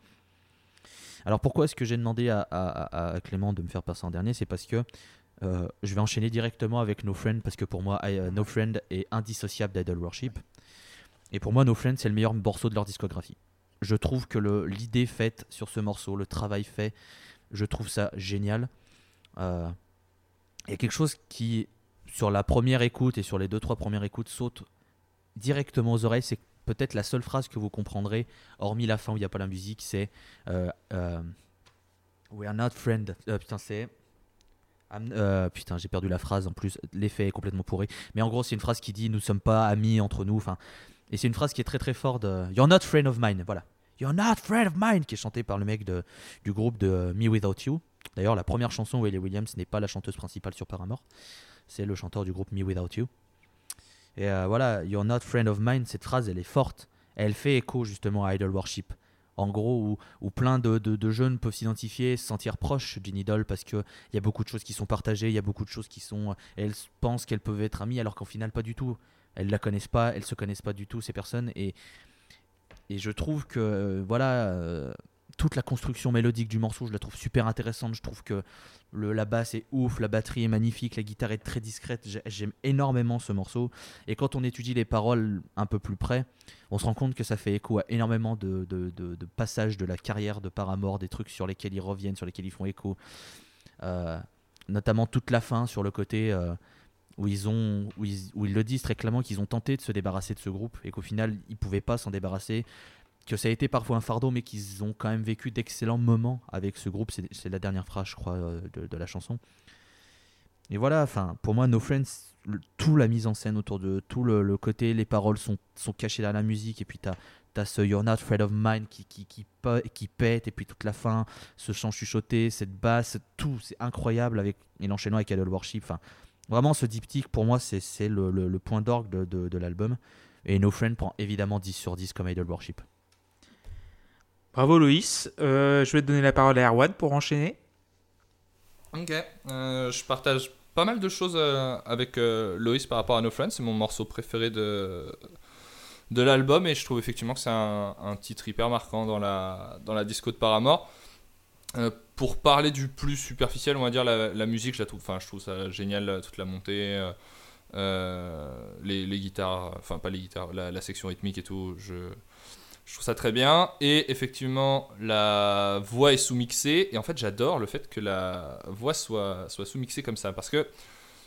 Alors pourquoi est-ce que j'ai demandé à, à, à Clément de me faire passer en dernier? C'est parce que euh, je vais enchaîner directement avec No Friend, parce que pour moi I, uh, No Friend est indissociable d'Idol Worship. Et pour moi, No Friend, c'est le meilleur morceau de leur discographie. Je trouve que le, l'idée faite sur ce morceau, le travail fait, je trouve ça génial. Euh, il y a quelque chose qui, sur la première écoute et sur les deux, trois premières écoutes, saute directement aux oreilles. C'est peut-être la seule phrase que vous comprendrez, hormis la fin où il n'y a pas la musique, c'est euh, euh, We are not friends. Euh, putain, c'est... Euh, putain, j'ai perdu la phrase en plus. L'effet est complètement pourri. Mais en gros, c'est une phrase qui dit nous ne sommes pas amis entre nous. Enfin, et c'est une phrase qui est très très forte. De, You're not friend of mine. Voilà. You're not friend of mine, qui est chantée par le mec de, du groupe de Me Without You. D'ailleurs, la première chanson où Hayley Williams n'est pas la chanteuse principale sur Paramore. C'est le chanteur du groupe Me Without You. Et euh, voilà, You're not friend of mine, cette phrase, elle est forte. Elle fait écho justement à Idol Worship. En gros, où, où plein de, de, de jeunes peuvent s'identifier, se sentir proches d'une idole, parce qu'il y a beaucoup de choses qui sont partagées, il y a beaucoup de choses qui sont... Elles pensent qu'elles peuvent être amies, alors qu'en final, pas du tout. Elles ne la connaissent pas, elles ne se connaissent pas du tout, ces personnes. Et, et je trouve que, euh, voilà, euh, toute la construction mélodique du morceau, je la trouve super intéressante. Je trouve que le, la basse est ouf, la batterie est magnifique, la guitare est très discrète. J'aime énormément ce morceau. Et quand on étudie les paroles un peu plus près, on se rend compte que ça fait écho à énormément de, de, de, de passages de la carrière de Paramore, des trucs sur lesquels ils reviennent, sur lesquels ils font écho. Euh, notamment toute la fin, sur le côté euh, où, ils ont, où, ils, où ils le disent très clairement qu'ils ont tenté de se débarrasser de ce groupe et qu'au final, ils ne pouvaient pas s'en débarrasser. Que ça a été parfois un fardeau, mais qu'ils ont quand même vécu d'excellents moments avec ce groupe. C'est, c'est la dernière phrase, je crois, de, de la chanson. Et voilà, enfin, pour moi, No Friends, le, tout la mise en scène autour de tout le, le côté, les paroles sont, sont cachées dans la musique, et puis t'as t'as ce You're Not Afraid of Mine qui, qui, qui, pe- qui pète, et puis toute la fin, ce chant chuchoté, cette basse, tout, c'est incroyable, avec, et l'enchaînement avec Idol Worship. Enfin, vraiment, ce diptyque, pour moi, c'est, c'est le, le, le point d'orgue de, de, de l'album. Et No Friend prend évidemment dix sur dix comme Idol Worship. Bravo Loïs. Euh, je vais te donner la parole à Erwan pour enchaîner. Ok, euh, je partage pas mal de choses euh, avec euh, Loïs par rapport à No Friends. C'est mon morceau préféré de, de l'album et je trouve effectivement que c'est un, un titre hyper marquant dans la, dans la disco de Paramore. Euh, pour parler du plus superficiel, on va dire la, la musique, je la trouve, enfin, je trouve ça génial, toute la montée, euh, euh, les, les guitares, enfin pas les guitares, la, la section rythmique et tout, je, je trouve ça très bien. Et effectivement, la voix est sous-mixée et en fait j'adore le fait que la voix soit, soit sous-mixée comme ça parce que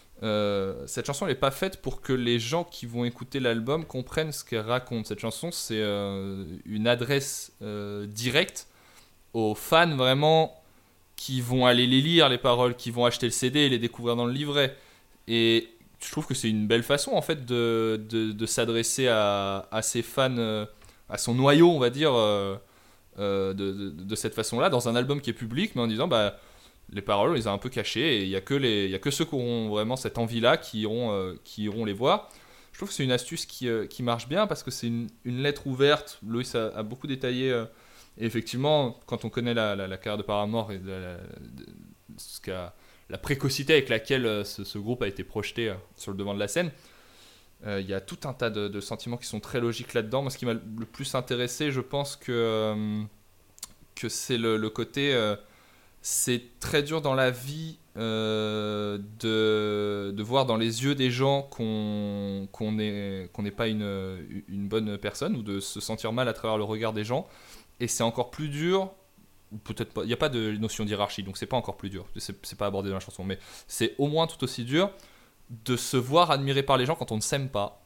euh, cette chanson elle n'est pas faite pour que les gens qui vont écouter l'album comprennent ce qu'elle raconte. Cette chanson c'est euh, une adresse euh, directe aux fans vraiment qui vont aller les lire les paroles, qui vont acheter le C D et les découvrir dans le livret. Et je trouve que c'est une belle façon en fait de, de, de s'adresser à, à ses fans, euh, à son noyau on va dire, euh, euh, de, de, de cette façon-là, dans un album qui est public, mais en disant bah les paroles on les a un peu cachées et il n'y a que les, il y a que ceux qui auront vraiment cette envie-là qui iront, euh, qui iront les voir. Je trouve que c'est une astuce qui, euh, qui marche bien parce que c'est une, une lettre ouverte. Loïs a, a beaucoup détaillé. Euh, Et effectivement, quand on connaît la, la, la carrière de Paramore et de la, de, ce qu'a, la précocité avec laquelle euh, ce, ce groupe a été projeté euh, sur le devant de la scène, il euh, y a tout un tas de, de sentiments qui sont très logiques là-dedans. Moi, ce qui m'a le plus intéressé, je pense que, euh, que c'est le, le côté... Euh, c'est très dur dans la vie euh, de, de voir dans les yeux des gens qu'on qu'on n'est qu'on n'est pas une, une bonne personne ou de se sentir mal à travers le regard des gens. Et c'est encore plus dur, ou peut-être pas, il n'y a pas de notion d'hierarchie, donc c'est pas encore plus dur, c'est, c'est pas abordé dans la chanson, mais c'est au moins tout aussi dur de se voir admiré par les gens quand on ne s'aime pas.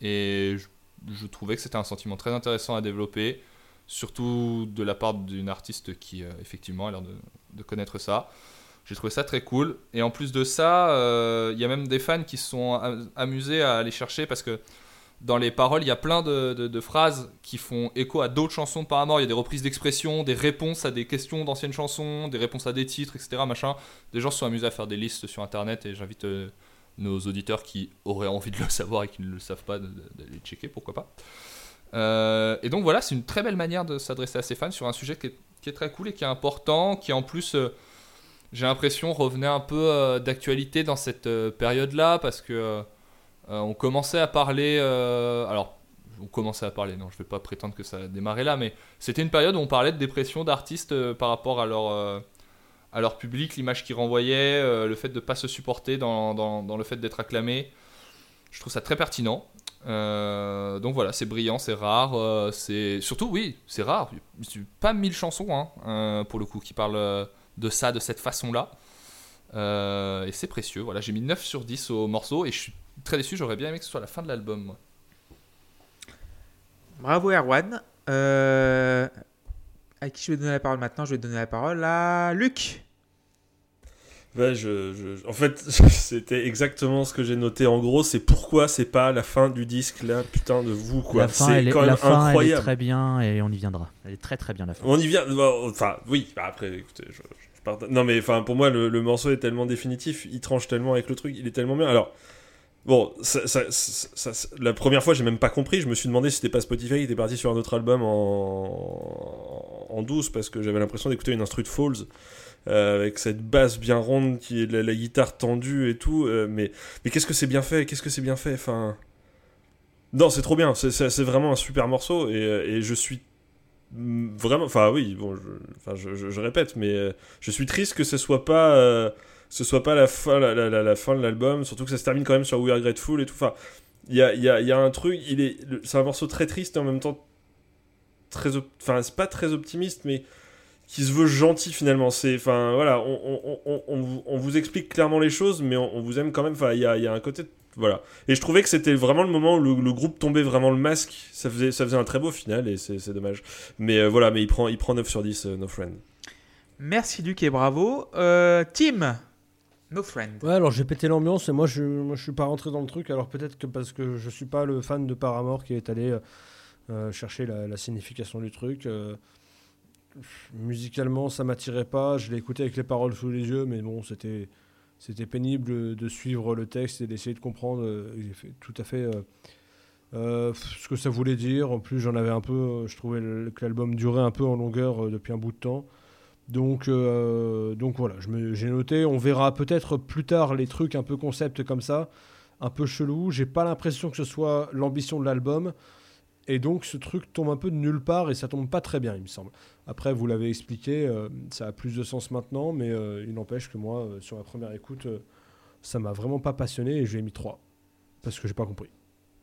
Et je, je trouvais que c'était un sentiment très intéressant à développer, surtout de la part d'une artiste qui, euh, effectivement, a l'air de, de connaître ça. J'ai trouvé ça très cool. Et en plus de ça, il euh, y a même des fans qui se sont am- amusés à aller chercher, parce que dans les paroles, il y a plein de, de, de phrases qui font écho à d'autres chansons de Paramore. Il y a des reprises d'expressions, des réponses à des questions d'anciennes chansons, des réponses à des titres, et cetera. Machin. Des gens se sont amusés à faire des listes sur Internet et j'invite euh, nos auditeurs qui auraient envie de le savoir et qui ne le savent pas de, de, d'aller checker, pourquoi pas. Euh, et donc voilà, c'est une très belle manière de s'adresser à ses fans sur un sujet qui est, qui est très cool et qui est important, qui en plus, euh, j'ai l'impression, revenait un peu euh, d'actualité dans cette euh, période-là, parce que euh, Euh, on commençait à parler, euh, alors on commençait à parler, non je ne vais pas prétendre que ça a démarré là, mais c'était une période où on parlait de dépression d'artistes euh, par rapport à leur, euh, à leur public, l'image qu'ils renvoyaient, euh, le fait de ne pas se supporter dans, dans, dans le fait d'être acclamé. Je trouve ça très pertinent. Euh, donc voilà, c'est brillant, c'est rare, euh, c'est surtout oui, c'est rare, pas mille chansons hein, euh, pour le coup qui parlent de ça de cette façon-là. Euh, et c'est précieux. Voilà, j'ai mis neuf sur dix au morceau et je suis très déçu, j'aurais bien aimé que ce soit la fin de l'album. Moi. Bravo Erwan. Euh... À qui je vais donner la parole maintenant? Je vais donner la parole à Luc. Ouais, je, je, en fait, c'était exactement ce que j'ai noté. En gros, c'est pourquoi c'est pas la fin du disque là, putain de vous quoi. La fin, c'est elle est, quand même la fin, incroyable. elle est très bien et on y viendra. Elle est très très bien la fin. On y vient. Enfin, oui. Après, écoutez, je, je partage... non mais enfin, pour moi, le, le morceau est tellement définitif, il tranche tellement avec le truc, il est tellement bien. Alors, bon, ça, ça, ça, ça, la première fois, j'ai même pas compris. Je me suis demandé si c'était pas Spotify qui était parti sur un autre album en en douce parce que j'avais l'impression d'écouter une instru de Falls. Euh, avec cette basse bien ronde, qui est la, la guitare tendue et tout, euh, mais, mais qu'est-ce que c'est bien fait, qu'est-ce que c'est bien fait, enfin... Non, c'est trop bien, c'est, c'est, c'est vraiment un super morceau, et, et je suis vraiment... Enfin oui, bon, je, enfin, je, je, je répète, mais euh, je suis triste que ce soit pas, euh, ce soit pas la, fin, la, la, la fin de l'album, surtout que ça se termine quand même sur We Are Grateful et tout, enfin... Il y a, y, a, y a un truc, il est, c'est un morceau très triste et en même temps très... Op- enfin, c'est pas très optimiste, mais... qui se veut gentil finalement, c'est, enfin voilà, on, on, on, on, on vous explique clairement les choses, mais on, on vous aime quand même, enfin il y a, y a un côté, voilà, et je trouvais que c'était vraiment le moment où le, le groupe tombait vraiment le masque, ça faisait, ça faisait un très beau final, et c'est, c'est dommage, mais euh, voilà, mais il prend, il prend neuf sur dix, euh, No Friend. Merci Luc et bravo. euh, Tim, No Friend. Ouais, alors j'ai pété l'ambiance, et moi je, moi je suis pas rentré dans le truc, alors peut-être que parce que je suis pas le fan de Paramore qui est allé... Euh, euh, chercher la, la signification du truc. Euh, musicalement, ça m'attirait pas. Je l'ai écouté avec les paroles sous les yeux, mais bon, c'était, c'était pénible de suivre le texte et d'essayer de comprendre euh, tout à fait euh, euh, ce que ça voulait dire. En plus, j'en avais un peu. Euh, je trouvais le- que l'album durait un peu en longueur euh, depuis un bout de temps. Donc, euh, donc voilà, je me- j'ai noté. On verra peut-être plus tard les trucs un peu concept comme ça, un peu chelou. J'ai pas l'impression que ce soit l'ambition de l'album. Et donc ce truc tombe un peu de nulle part et ça tombe pas très bien, il me semble. Après, vous l'avez expliqué, euh, ça a plus de sens maintenant, mais euh, il n'empêche que moi, euh, sur la première écoute, euh, ça m'a vraiment pas passionné et je lui ai mis trois. Parce que j'ai pas compris.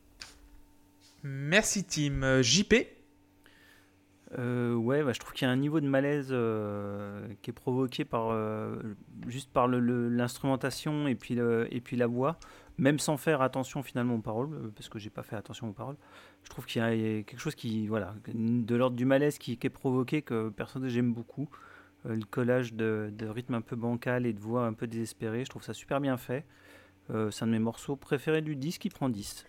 Merci, Tim. Euh, J P. Euh, ouais, bah, je trouve qu'il y a un niveau de malaise euh, qui est provoqué par, euh, juste par le- le- l'instrumentation et puis, le- et puis la voix, même sans faire attention finalement aux paroles, euh, parce que j'ai pas fait attention aux paroles. Je trouve qu'il y a il y a quelque chose qui, voilà, de l'ordre du malaise qui, qui est provoqué, que personnellement j'aime beaucoup. Euh, le collage de, de rythme un peu bancal et de voix un peu désespérée, je trouve ça super bien fait. Euh, c'est un de mes morceaux préférés du disque, il prend dix.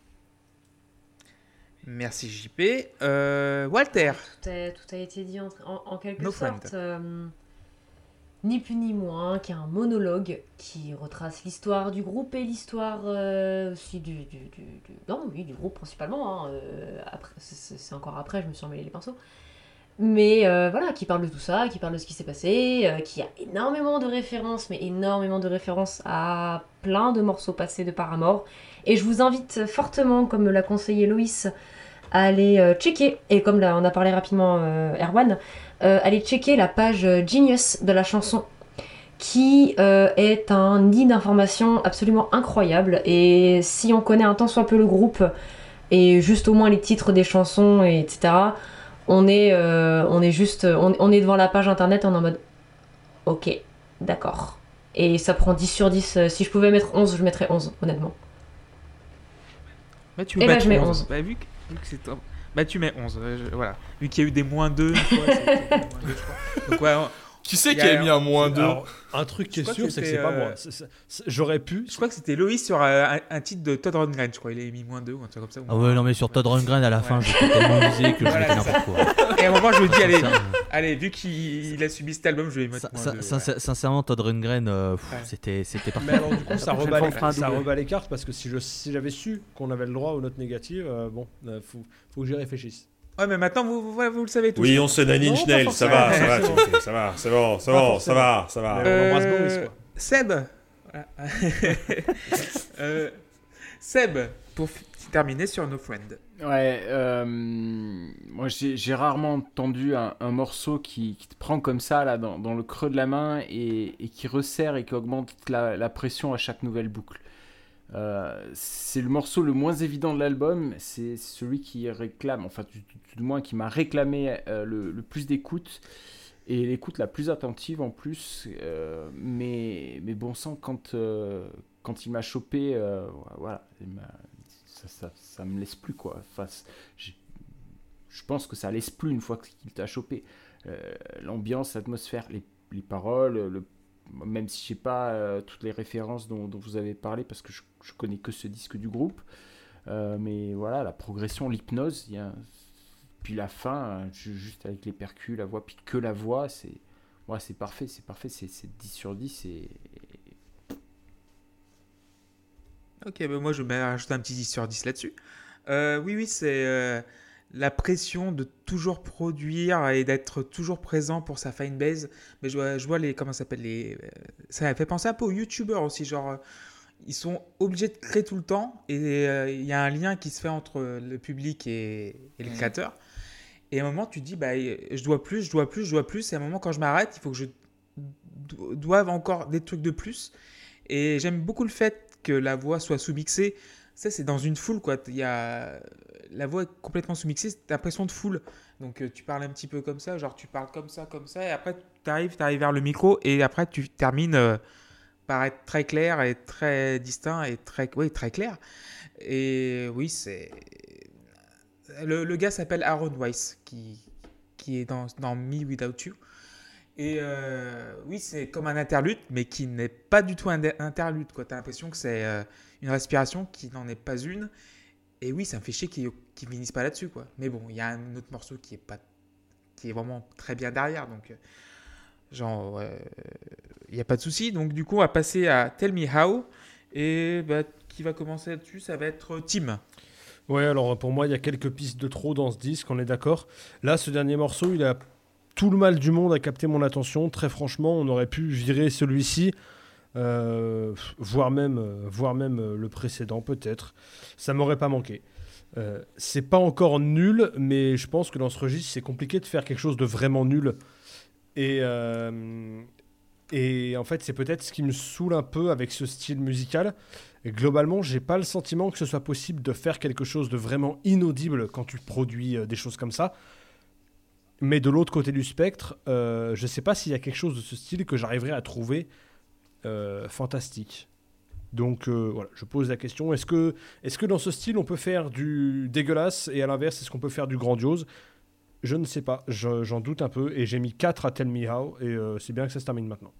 Merci, J P. Euh, Walter. Tout a, tout a été dit en, en- en quelque No sorte. friend. euh, ni plus ni moins qu'un monologue qui retrace l'histoire du groupe et l'histoire euh, aussi du, du, du, du- Non, oui, du groupe principalement. Hein, euh, après, c'est, c'est encore après, je me suis emmêlé les pinceaux. Mais euh, voilà, qui parle de tout ça, qui parle de ce qui s'est passé, euh, qui a énormément de références, mais énormément de références à plein de morceaux passés de Paramore. Et je vous invite fortement, comme me l'a conseillé Loïs, à aller euh, checker, et comme là, on a parlé rapidement euh, Erwan, euh, aller checker la page euh, Genius de la chanson, qui euh, est un nid d'informations absolument incroyable. Et si on connaît un tant soit peu le groupe, et juste au moins les titres des chansons, et etc., on est, euh, on est juste, on, on est devant la page internet, on est en mode ok, d'accord. Et ça prend dix sur dix. euh, Si je pouvais mettre onze, je mettrais onze, honnêtement. Bah, tu Eh vas ben, je mets mettre onze. Bah, vu que, vu que c'est top. Bah, tu mets onze. euh, je- voilà. Vu qu'il y a eu des moins deux une fois. c'était des moins deux, je crois. Donc, ouais, on- Qui c'est Il y qui a- a mis un moins deux? Alors, un truc qui Je est crois sûr, que c'est que c'était, c'est pas euh, moi. C'est- c'est- c'est- J'aurais pu. je crois que c'était Loïs sur euh, un, un titre de Todd Rundgren, je crois. Il avait mis moins deux ou un truc comme ça. ou Ah moins ouais, un. non, mais sur Todd Rundgren, à la fin, Ouais. j'étais tellement usé que je Voilà, mettais c'est n'importe quoi. Et à un moment, je me dis, allez, Ça, allez, vu qu'il il a subi cet album, je vais mettre Sin- moins sin- deux. sin- ouais. Sincèrement, Todd Rundgren, euh, pff, Ouais. c'était, c'était parfait. Mais alors, du coup, ça prochaine rebat, fois, les, on fera un ça double. rebat les cartes parce que si, je, si j'avais su qu'on avait le droit aux notes négatives, euh, bon, euh, faut, faut que j'y réfléchisse. Ouais, mais maintenant, vous, vous, vous le savez tous. Oui, on sait Nine Non, Inch pas Nails, ça forcément. va, ça va, Forcément. Timothy, ça va, c'est bon, c'est Pas bon, ça forcément. va, ça va. Mais- on embrasse Euh, Boris, quoi. Seb. Voilà. Euh, Seb, pour f- terminer sur No Friend. Ouais, euh, moi j'ai j'ai rarement entendu un, un morceau qui, qui te prend comme ça là dans, dans le creux de la main et, et qui resserre et qui augmente la, la pression à chaque nouvelle boucle. Euh, c'est le morceau le moins évident de l'album, c'est celui qui réclame, enfin du, du- du moins qui m'a réclamé euh, le, le plus d'écoute et l'écoute la plus attentive en plus. euh, mais, mais bon sang, quand, euh, quand il m'a chopé, euh, voilà, il m'a- ça, ça, ça me laisse plus quoi. Enfin, c'est- j'ai- je pense que ça laisse plus une fois qu'il t'a chopé. Euh, L'ambiance, l'atmosphère, les, les paroles, le, même si je sais pas euh, toutes les références dont, dont vous avez parlé parce que je, je connais que ce disque du groupe. Euh, mais voilà, la progression, l'hypnose, il y a, puis la fin, euh, ju- juste avec les percus, la voix, puis que la voix, c'est, ouais, c'est parfait, c'est parfait, c'est, c'est dix sur dix et, Ok, bah moi je vais rajouter un petit dix sur dix là-dessus. Euh, oui, oui, c'est euh, la pression de toujours produire et d'être toujours présent pour sa fanbase. Mais je vois, je vois les. Comment ça s'appelle les, euh, ça m'a fait penser un peu aux youtubeurs aussi. Genre, euh, ils sont obligés de créer tout le temps et euh, il y a un lien qui se fait entre le public et, et le Mhm. créateur. Et à un moment, tu te dis, bah, je dois plus, je dois plus, je dois plus. Et à un moment, quand je m'arrête, il faut que je do- doive encore des trucs de plus. Et j'aime beaucoup le fait que la voix soit sous-mixée. Ça, c'est dans une foule, quoi. Il y a... La voix est complètement sous-mixée, c'est l'impression de foule. Donc, euh, tu parles un petit peu comme ça, genre tu parles comme ça, comme ça, et après, tu arrives, tu arrives vers le micro, et après, tu termines euh, par être très clair et très distinct et très, oui, très clair. Et oui, c'est... Le, le gars s'appelle Aaron Weiss, qui, qui est dans, dans Me Without You. Et euh, oui, c'est comme un interlude, mais qui n'est pas du tout un interlude. Tu as l'impression que c'est euh, une respiration qui n'en est pas une. et oui, ça me fait chier qu'ils qu'ils finissent pas là-dessus, quoi. Mais bon, il y a un autre morceau qui est pas, qui est vraiment très bien derrière, donc euh, genre, ouais, il n'y a pas de souci. Donc du coup, on va passer à Tell Me How, et bah, qui va commencer là-dessus, ça va être Tim. Ouais, alors pour moi, il y a quelques pistes de trop dans ce disque, on est d'accord. Là, ce dernier morceau, il a tout le mal du monde à capter mon attention. Très franchement, on aurait pu virer celui-ci, euh, voire même, euh, voire même euh, le précédent, peut-être. Ça m'aurait pas manqué. Euh, c'est pas encore nul, mais je pense que dans ce registre, c'est compliqué de faire quelque chose de vraiment nul. Et, euh, et en fait, c'est peut-être ce qui me saoule un peu avec ce style musical. Et globalement, j'ai pas le sentiment que ce soit possible de faire quelque chose de vraiment inaudible quand tu produis euh, des choses comme ça. Mais de l'autre côté du spectre, euh, je sais pas s'il y a quelque chose de ce style que j'arriverai à trouver euh, fantastique. Donc euh, voilà, je pose la question, est-ce que, est-ce que dans ce style on peut faire du dégueulasse et à l'inverse, est-ce qu'on peut faire du grandiose ? Je ne sais pas, je, j'en doute un peu et j'ai mis quatre à Tell Me How et euh, c'est bien que ça se termine maintenant.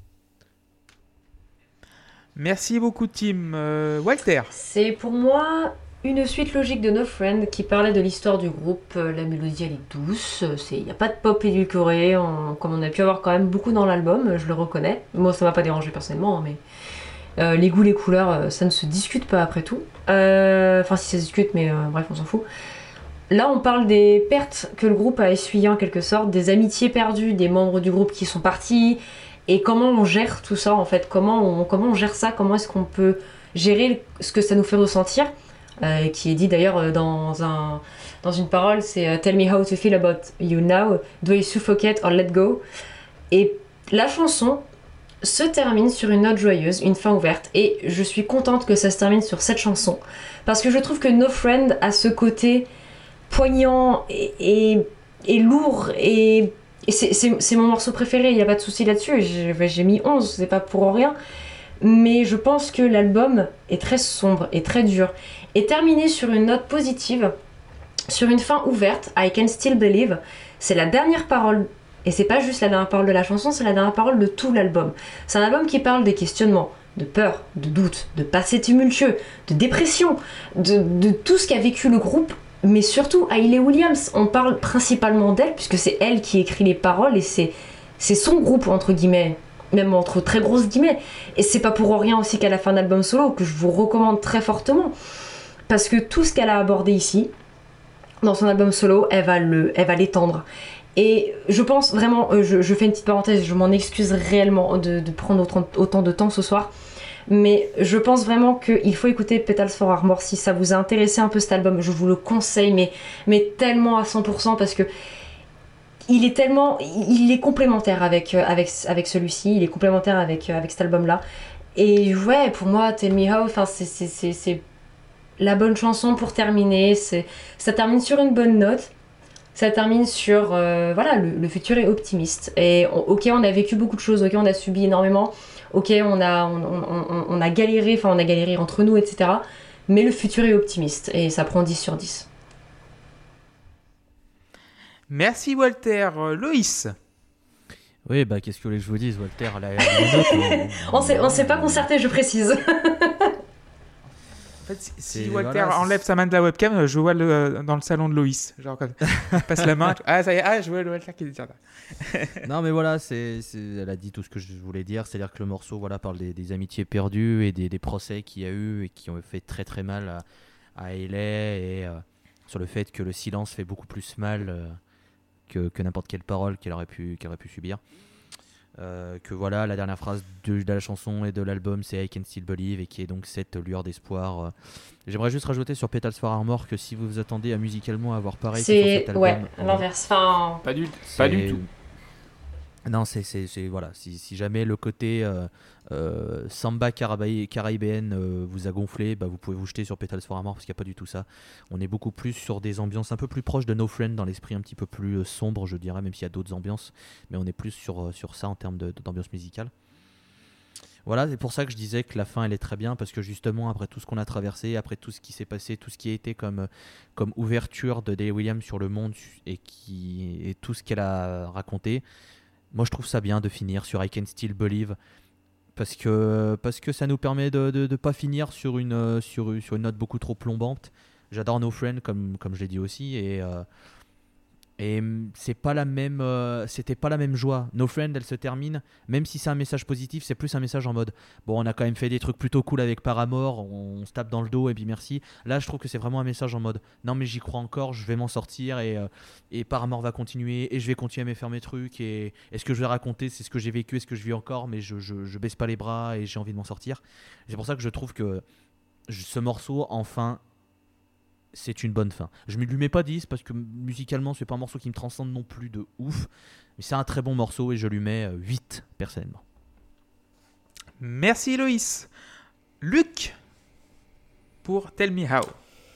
Merci beaucoup, Tim. Euh, Walter. C'est pour moi une suite logique de No Friend qui parlait de l'histoire du groupe. Euh, La mélodie elle est douce, il n'y a pas de pop édulcoré, on- comme on a pu avoir quand même beaucoup dans l'album, je le reconnais. Moi ça m'a pas dérangé personnellement, hein, mais euh, les goûts, les couleurs, euh, ça ne se discute pas après tout. Euh, Enfin si ça se discute, mais euh, bref on s'en fout. Là on parle des pertes que le groupe a essuyées en quelque sorte, des amitiés perdues, des membres du groupe qui sont partis, et comment on gère tout ça en fait, comment on, comment on gère ça, comment est-ce qu'on peut gérer ce que ça nous fait ressentir, euh, qui est dit d'ailleurs euh, dans, un, dans une parole, c'est euh, Tell me how to feel about you now, do you suffocate or let go. Et la chanson se termine sur une note joyeuse, une fin ouverte, et je suis contente que ça se termine sur cette chanson, parce que je trouve que No Friend a ce côté poignant et, et, et lourd, et, et c'est, c'est, c'est mon morceau préféré, il n'y a pas de souci là-dessus, j'ai, j'ai mis onze, c'est pas pour rien, mais je pense que l'album est très sombre et très dur, et terminé sur une note positive, sur une fin ouverte, I Can Still Believe, c'est la dernière parole, et c'est pas juste la dernière parole de la chanson, c'est la dernière parole de tout l'album. C'est un album qui parle des questionnements, de peur, de doute, de passé tumultueux, de dépression, de, de tout ce qu'a vécu le groupe, mais surtout Hayley Williams. On parle principalement d'elle, puisque c'est elle qui écrit les paroles, et c'est, c'est son groupe, entre guillemets, même entre très grosses guillemets. Et c'est pas pour rien aussi qu'à la fin d'album solo, que je vous recommande très fortement, parce que tout ce qu'elle a abordé ici, dans son album solo, elle va, le, elle va l'étendre. Et je pense vraiment, euh, je, je fais une petite parenthèse, je m'en excuse réellement de, de prendre autant, autant de temps ce soir, mais je pense vraiment qu'il faut écouter Petals for Armor si ça vous a intéressé un peu cet album, je vous le conseille, mais, mais tellement à cent pour cent, parce que il est tellement, il est complémentaire avec, avec, avec celui-ci, il est complémentaire avec, avec cet album-là, et ouais, pour moi, Tell Me How, enfin, c'est, c'est, c'est, c'est la bonne chanson pour terminer, c'est, ça termine sur une bonne note. Ça termine sur, euh, voilà, le, le futur est optimiste. Et on, ok, on a vécu beaucoup de choses, ok, on a subi énormément, ok, on a, on, on, on a galéré, enfin on a galéré entre nous, et cetera. Mais le futur est optimiste et ça prend dix sur dix. Merci Walter. Euh, Loïs. Oui, bah qu'est-ce que vous voulez que je vous dise, Walter, la, la note, on- On s'est, on s'est pas concerté, je précise. En fait, si, si C'est- Walter voilà, c'est- enlève sa main de la webcam, je vois le, dans le salon de Loïs. Genre, comme, il passe la main. Ah, ça y est, ah, je vois le Walter qui est déjà là. Non mais voilà, c'est, c'est- elle a dit tout ce que je voulais dire, c'est-à-dire que le morceau voilà, parle des, des amitiés perdues et des, des procès qu'il y a eu et qui ont fait très très mal à, à Hayley, et euh, sur le fait que le silence fait beaucoup plus mal euh, que, que n'importe quelle parole qu'elle aurait pu, qu'elle aurait pu subir. Euh, que voilà, la dernière phrase de, de la chanson et de l'album c'est I Can Still Believe, et qui est donc cette lueur d'espoir. euh. J'aimerais juste rajouter sur Petals for Armor que si vous vous attendez à musicalement avoir pareil que sur C'est, cet album, ouais, euh, l'inverse. Enfin, Pas du, c'est- pas du tout. Non, c'est, c'est, c'est- voilà. Si, si jamais le côté euh, euh, samba caraï- caribéenne euh, vous a gonflé, bah, vous pouvez vous jeter sur Petals for Armor parce qu'il n'y a pas du tout ça. On est beaucoup plus sur des ambiances un peu plus proches de No Friend, dans l'esprit un petit peu plus euh, sombre, je dirais, même s'il y a d'autres ambiances, mais on est plus sur, euh, sur ça en termes de, d'ambiance musicale. Voilà, c'est pour ça que je disais que la fin elle est très bien, parce que justement après tout ce qu'on a traversé, après tout ce qui s'est passé, tout ce qui a été comme, comme ouverture de Hayley Williams sur le monde et, qui, et tout ce qu'elle a raconté, moi je trouve ça bien de finir sur I Can Still Believe, parce que, parce que ça nous permet de ne pas finir sur une, sur, sur une note beaucoup trop plombante, J'adore No Friend comme, comme je l'ai dit aussi et, euh, et c'est pas la même, euh, c'était pas la même joie. No Friend elle se termine, même si c'est un message positif, c'est plus un message en mode bon on a quand même fait des trucs plutôt cool avec Paramore, on, on se tape dans le dos et puis merci. Là je trouve que c'est vraiment un message en mode non mais j'y crois encore, je vais m'en sortir et, euh, et Paramore va continuer et je vais continuer à me faire mes trucs et, et ce que je vais raconter c'est ce que j'ai vécu et ce que je vis encore mais je, je, je baisse pas les bras et j'ai envie de m'en sortir. C'est pour ça que je trouve que ce morceau enfin c'est une bonne fin. Je ne lui mets pas dix parce que musicalement c'est pas un morceau qui me transcende non plus de ouf, mais c'est un très bon morceau et je lui mets huit personnellement. Merci Loïs. Luc pour Tell Me How.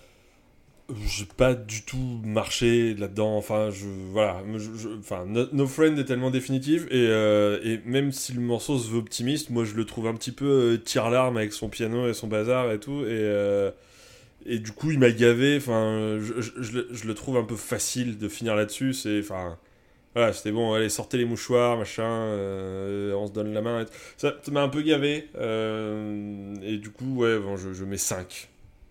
J'ai pas du tout marché là-dedans. Enfin, je voilà. Je, je, enfin, no, no Friend est tellement définitive et, euh, et même si le morceau se veut optimiste, moi je le trouve un petit peu euh, tire-larme avec son piano et son bazar et tout. Et, euh, et du coup, il m'a gavé. Enfin, je, je, je, le, je le trouve un peu facile de finir là-dessus. C'est enfin. Voilà, c'était bon, allez, sortez les mouchoirs, machin, euh, on se donne la main. Et ça, ça m'a un peu gavé. Euh, et du coup, ouais, bon, je, je mets cinq.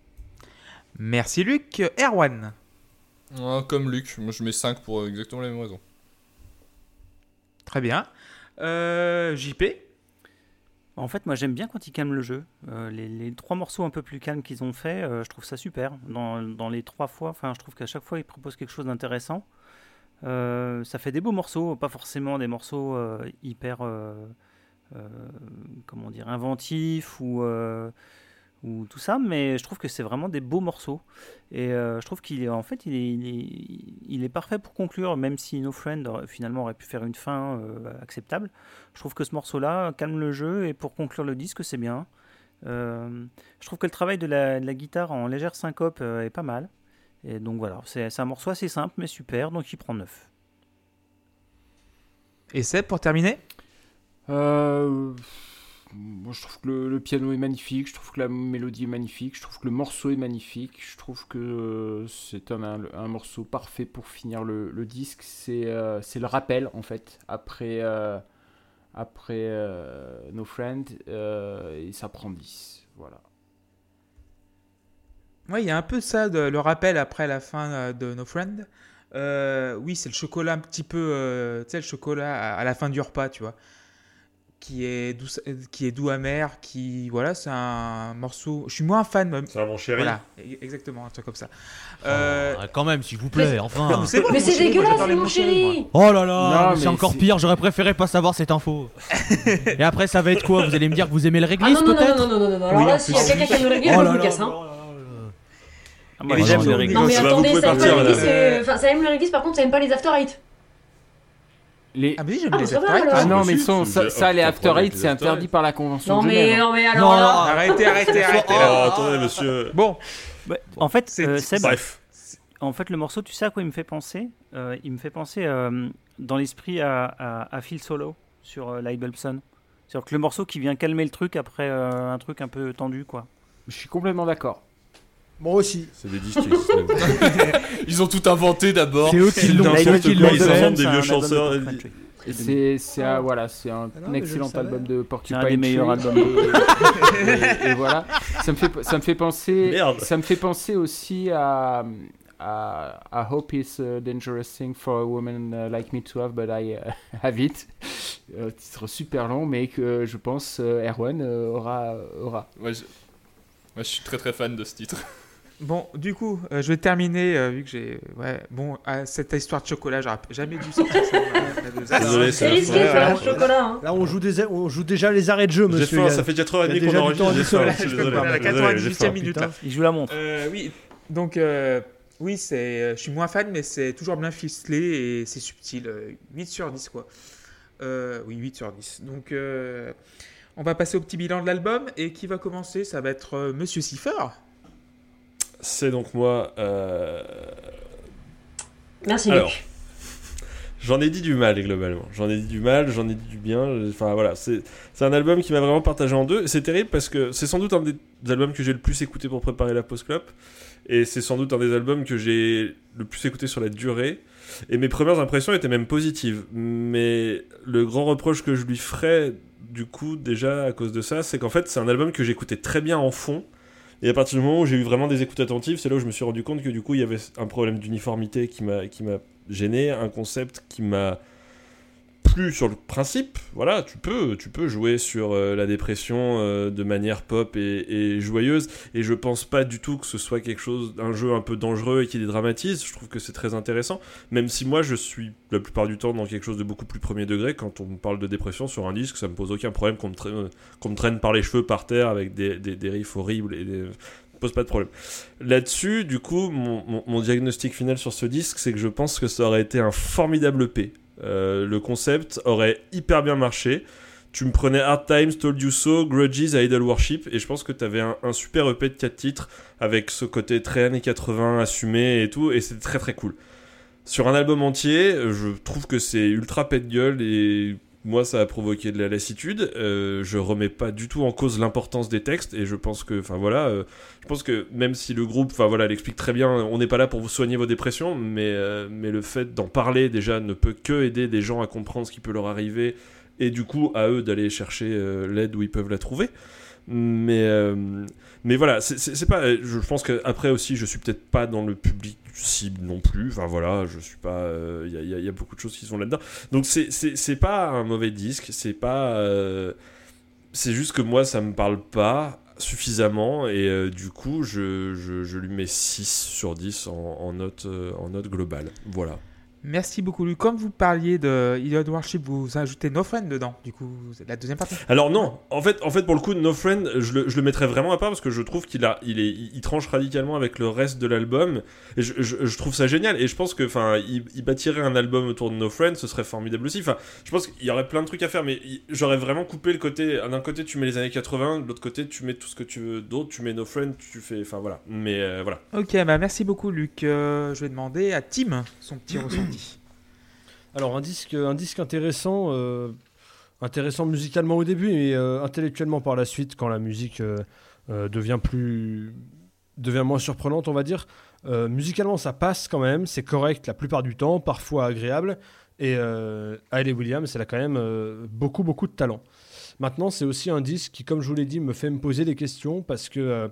Merci Luc. Erwan. Ouais, comme Luc, moi je mets cinq pour exactement la même raison. Très bien. Euh, J P. En fait, moi j'aime bien quand ils calment le jeu. Euh, les, les trois morceaux un peu plus calmes qu'ils ont fait, euh, je trouve ça super. Dans, dans les trois fois, enfin, je trouve qu'à chaque fois ils proposent quelque chose d'intéressant. Euh, ça fait des beaux morceaux, pas forcément des morceaux euh, hyper, euh, euh, comment dire, inventifs ou, euh, ou tout ça, mais je trouve que c'est vraiment des beaux morceaux. Et euh, je trouve qu'il est, en fait, il est, il est, il est parfait pour conclure, même si No Friend euh, finalement aurait pu faire une fin euh, acceptable. Je trouve que ce morceau-là calme le jeu et pour conclure le disque, c'est bien. Euh, je trouve que le travail de la, de la guitare en légère syncope euh, est pas mal. Et donc voilà, c'est, c'est un morceau assez simple mais super, donc il prend neuf. Et Seb, pour terminer euh, Moi je trouve que le, le piano est magnifique, je trouve que la mélodie est magnifique, je trouve que le morceau est magnifique, je trouve que euh, c'est un, un, un morceau parfait pour finir le, le disque. C'est, euh, c'est le rappel en fait, après, euh, après euh, No Friend, euh, et ça prend dix, voilà. Oui, il y a un peu ça, de, le rappel après la fin de No Friend. Euh, oui, c'est le chocolat un petit peu, euh, tu sais, le chocolat à, à la fin du repas, tu vois, qui est doux, qui est doux amer, qui, voilà, c'est un morceau. Je suis moins fan, même. C'est un bon chéri. Voilà, exactement, un truc comme ça. Euh... Oh, quand même, s'il vous plaît, mais, enfin. Non, mais c'est, bon, mais c'est chéri, dégueulasse, moi, mon, mon chéri. moi. Oh là là, non, c'est mais encore c'est... pire, j'aurais préféré pas savoir cette info. Et après, ça va être quoi? Vous allez me dire que vous aimez le Ah réglisse, non, non, peut-être? non, non, non, non, non. Alors Oui, là, en s'il plus. y a quelqu'un qui aime le réglisse, Oh je là vous le là casse. là Hein. là là là. Ah, moi, Et les j'aime gens- le Non réglisse. mais Ça va, vous attendez, pouvez ça aime pas partir, le réglisse, madame. euh, enfin ça aime le réglisse, par contre ça aime pas les after eight. Les... Ah, mais oui, j'aime Ah, les ça va, after eight. alors. Ah non, possible, mais son, c'est- ça, ça, les t'as After problème Eight, avec c'est les After interdit Eight. par la Convention Non de mais Genève. non mais Non, alors non, là. Arrêtez, arrêtez, arrêtez. Oh, attendez, monsieur. Bon, Ouais, en fait, C'est- euh, Seb, Bref. en fait, le morceau, tu sais à quoi il me fait penser euh, Il me fait penser euh, dans l'esprit à, à, à Phil Solo sur euh, Light Bulb Sun. C'est-à-dire que le morceau qui vient calmer le truc après euh, un truc un peu tendu, quoi. Je suis complètement d'accord. Moi aussi. C'est des disques qui existent même. Ils ont tout inventé d'abord. C'est eux qui l'ont N'importe c'est eux qui quoi, l'ont ils Bulb fait. inventent Sun, des c'est vieux un album de chanteurs. pop et- country. Et c'est, c'est, un, voilà, c'est un Ah non, mais je excellent le savais. album de Porcupine C'est un des meilleurs Tree. albums. Et, et voilà. Ça me fait, ça me fait penser, Merde. ça me fait penser aussi à, à, à Hope is a dangerous thing for a woman uh, like me to have, but I uh, have it. Euh, titre super long, mais que je pense euh, Erwan euh, aura, aura. Ouais, je... Moi je suis très très fan de ce titre. bon, du coup, euh, je vais terminer, euh, vu que j'ai... Ouais, bon, euh, cette histoire de chocolat, j'aurais jamais dû sortir ça. euh, Désolé, C'est c'est risqué de Ouais, faire ouais. un chocolat. Hein. Là, on joue, des, on joue déjà les arrêts de jeu, J'ai monsieur. faim, Il y a- ça fait déjà trois heures il y trente a qu'on déjà du temps enregistre. J'ai du faim, sol. je suis Je peux désolé. pas, la Désolé, j'ai quatre-vingt-dix-huitième faim. minute, là. Il joue la montre. Euh, oui, donc euh, oui, c'est, euh, je suis moins fan, mais c'est toujours bien ficelé et c'est subtil. euh, huit sur dix, quoi. Euh, oui, huit sur dix. Donc, euh, on va passer au petit bilan de l'album. Et qui va commencer? Ça va être euh, Monsieur Cipher. C'est donc moi. euh, Merci Alors, Luc. J'en ai dit du mal, globalement. J'en ai dit du mal, j'en ai dit du bien. Enfin, voilà. C'est, c'est un album qui m'a vraiment partagé en deux. C'est terrible parce que c'est sans doute un des albums que j'ai le plus écouté pour préparer la Pause Clope. Et c'est sans doute un des albums que j'ai le plus écouté sur la durée. Et mes premières impressions étaient même positives. Mais le grand reproche que je lui ferais, du coup, déjà, à cause de ça, c'est qu'en fait, c'est un album que j'écoutais très bien en fond. Et à partir du moment où j'ai eu vraiment des écoutes attentives, c'est là où je me suis rendu compte que du coup il y avait un problème d'uniformité qui m'a, qui m'a gêné, un concept qui m'a plu sur le principe. Voilà, tu peux, tu peux jouer sur euh, la dépression euh, de manière pop et, et joyeuse, et je pense pas du tout que ce soit quelque chose, un jeu un peu dangereux et qui dédramatise. Je trouve que c'est très intéressant, même si moi je suis la plupart du temps dans quelque chose de beaucoup plus premier degré. Quand on me parle de dépression sur un disque, ça me pose aucun problème qu'on me traîne, qu'on me traîne par les cheveux par terre avec des, des, des riffs horribles et des... pose pas de problème. Là-dessus, du coup, mon, mon, mon diagnostic final sur ce disque, c'est que je pense que ça aurait été un formidable E P. Euh, le concept aurait hyper bien marché. Tu me prenais Hard Times, Told You So, Grudges, Idol Worship, et je pense que t'avais un, un super E P de quatre titres avec ce côté très années quatre-vingts assumé et tout, et c'est très très cool. Sur un album entier, je trouve que c'est ultra pète gueule et moi ça a provoqué de la lassitude. Euh, je remets pas du tout en cause l'importance des textes, et je pense que, enfin voilà, euh, je pense que même si le groupe, enfin voilà, l'explique très bien, on n'est pas là pour vous soigner vos dépressions, mais euh, mais le fait d'en parler déjà ne peut que aider des gens à comprendre ce qui peut leur arriver, et du coup à eux d'aller chercher euh, l'aide où ils peuvent la trouver. Mais euh, mais voilà, c'est, c'est, c'est pas, je pense qu'après aussi je suis peut-être pas dans le public cible non plus, enfin voilà, je suis pas, il euh, y, y, y a beaucoup de choses qui sont là-dedans, donc c'est, c'est, c'est pas un mauvais disque, c'est pas euh, c'est juste que moi ça me parle pas suffisamment, et euh, du coup je, je, je lui mets six sur dix en, en, note, euh, en note globale, voilà. Merci beaucoup, Luc. Comme vous parliez de Idol Worship, vous ajoutez No Friend dedans, du coup, c'est la deuxième partie. Alors non, en fait, en fait pour le coup, No Friend, je le, je le mettrais vraiment à part parce que je trouve qu'il a, il, est, il tranche radicalement avec le reste de l'album, et je, je, je trouve ça génial, et je pense que, enfin, il, il bâtirait un album autour de No Friend, ce serait formidable aussi. Enfin, je pense qu'il y aurait plein de trucs à faire, mais il, j'aurais vraiment coupé le côté, d'un côté tu mets les années quatre-vingts, de l'autre côté tu mets tout ce que tu veux d'autre, tu mets No Friend, tu fais, enfin voilà, mais euh, voilà. Ok, bah merci beaucoup, Luc. Euh, je vais demander à Tim son petit ressenti. Alors un disque, un disque intéressant, euh, intéressant musicalement au début, et euh, intellectuellement par la suite, quand la musique euh, euh, devient plus, devient moins surprenante, on va dire. Euh, musicalement, ça passe quand même, c'est correct la plupart du temps, parfois agréable. Et euh, Hayley Williams, elle a quand même euh, beaucoup, beaucoup de talent. Maintenant, c'est aussi un disque qui, comme je vous l'ai dit, me fait me poser des questions parce que euh,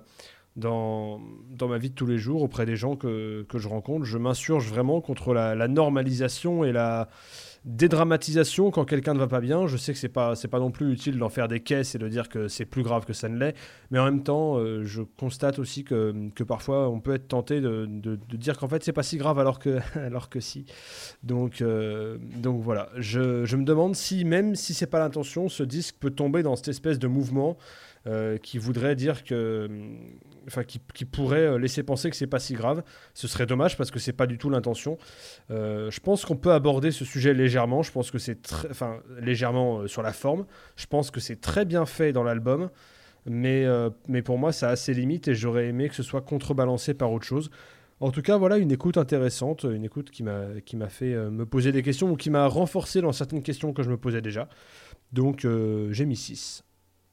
Dans, dans ma vie de tous les jours, auprès des gens que, que je rencontre, je m'insurge vraiment contre la, la normalisation et la dédramatisation quand quelqu'un ne va pas bien. Je sais que c'est pas, c'est pas non plus utile d'en faire des caisses et de dire que c'est plus grave que ça ne l'est, mais en même temps, euh, je constate aussi que, que parfois on peut être tenté de, de, de dire qu'en fait c'est pas si grave alors que, alors que si. Donc, euh, donc voilà, je, je me demande si, même si c'est pas l'intention, ce disque peut tomber dans cette espèce de mouvement Euh, qui voudrait dire que, enfin, qui, qui pourrait laisser penser que c'est pas si grave. Ce serait dommage parce que c'est pas du tout l'intention. Euh, je pense qu'on peut aborder ce sujet légèrement. Je pense que c'est très, enfin, légèrement euh, sur la forme. Je pense que c'est très bien fait dans l'album, mais euh, mais pour moi, ça a ses limites et j'aurais aimé que ce soit contrebalancé par autre chose. En tout cas, voilà une écoute intéressante, une écoute qui m'a qui m'a fait euh, me poser des questions ou qui m'a renforcé dans certaines questions que je me posais déjà. Donc, euh, j'ai mis six.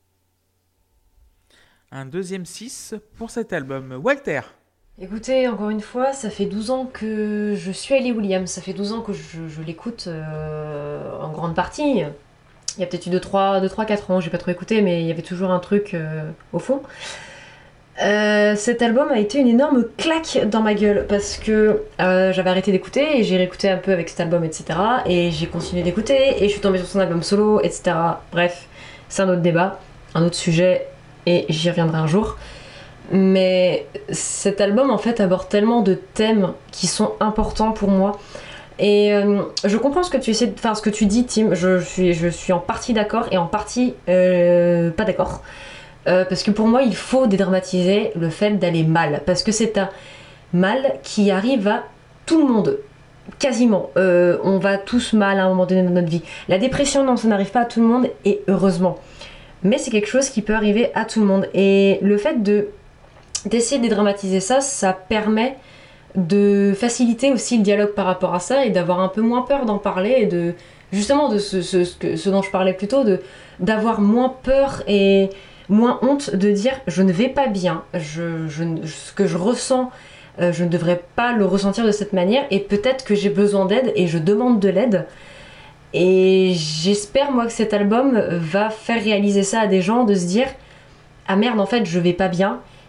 Un deuxième six pour cet album. Walter. Écoutez, encore une fois, ça fait douze ans que je suis Hayley Williams, ça fait douze ans que je, je l'écoute euh, en grande partie. Il y a peut-être eu deux trois quatre ans, j'ai pas trop écouté, mais il y avait toujours un truc euh, au fond. Euh, cet album a été une énorme claque dans ma gueule parce que euh, j'avais arrêté d'écouter et j'ai réécouté un peu avec cet album, et cetera. Et j'ai continué d'écouter et je suis tombée sur son album solo, et cetera. Bref, c'est un autre débat, un autre sujet. Et j'y reviendrai un jour. Mais cet album, en fait, aborde tellement de thèmes qui sont importants pour moi. Et euh, je comprends ce que tu essaies de... Enfin, ce que tu dis, Tim. Je suis, je suis en partie d'accord et en partie euh, pas d'accord. Euh, parce que pour moi, il faut dédramatiser le fait d'aller mal. Parce que c'est un mal qui arrive à tout le monde. Quasiment. Euh, on va tous mal à un moment donné dans notre vie. La dépression, non, ça n'arrive pas à tout le monde. Et heureusement. Mais c'est quelque chose qui peut arriver à tout le monde. Et le fait de, d'essayer de dédramatiser ça, ça permet de faciliter aussi le dialogue par rapport à ça et d'avoir un peu moins peur d'en parler et de, justement, de ce, ce, ce, ce dont je parlais plus tôt, de, d'avoir moins peur et moins honte de dire « je ne vais pas bien, je, je, ce que je ressens, euh, je ne devrais pas le ressentir de cette manière et peut-être que j'ai besoin d'aide et je demande de l'aide ». Et j'espère moi que cet album va faire réaliser ça à des gens, de se dire ah merde en fait je vais pas bien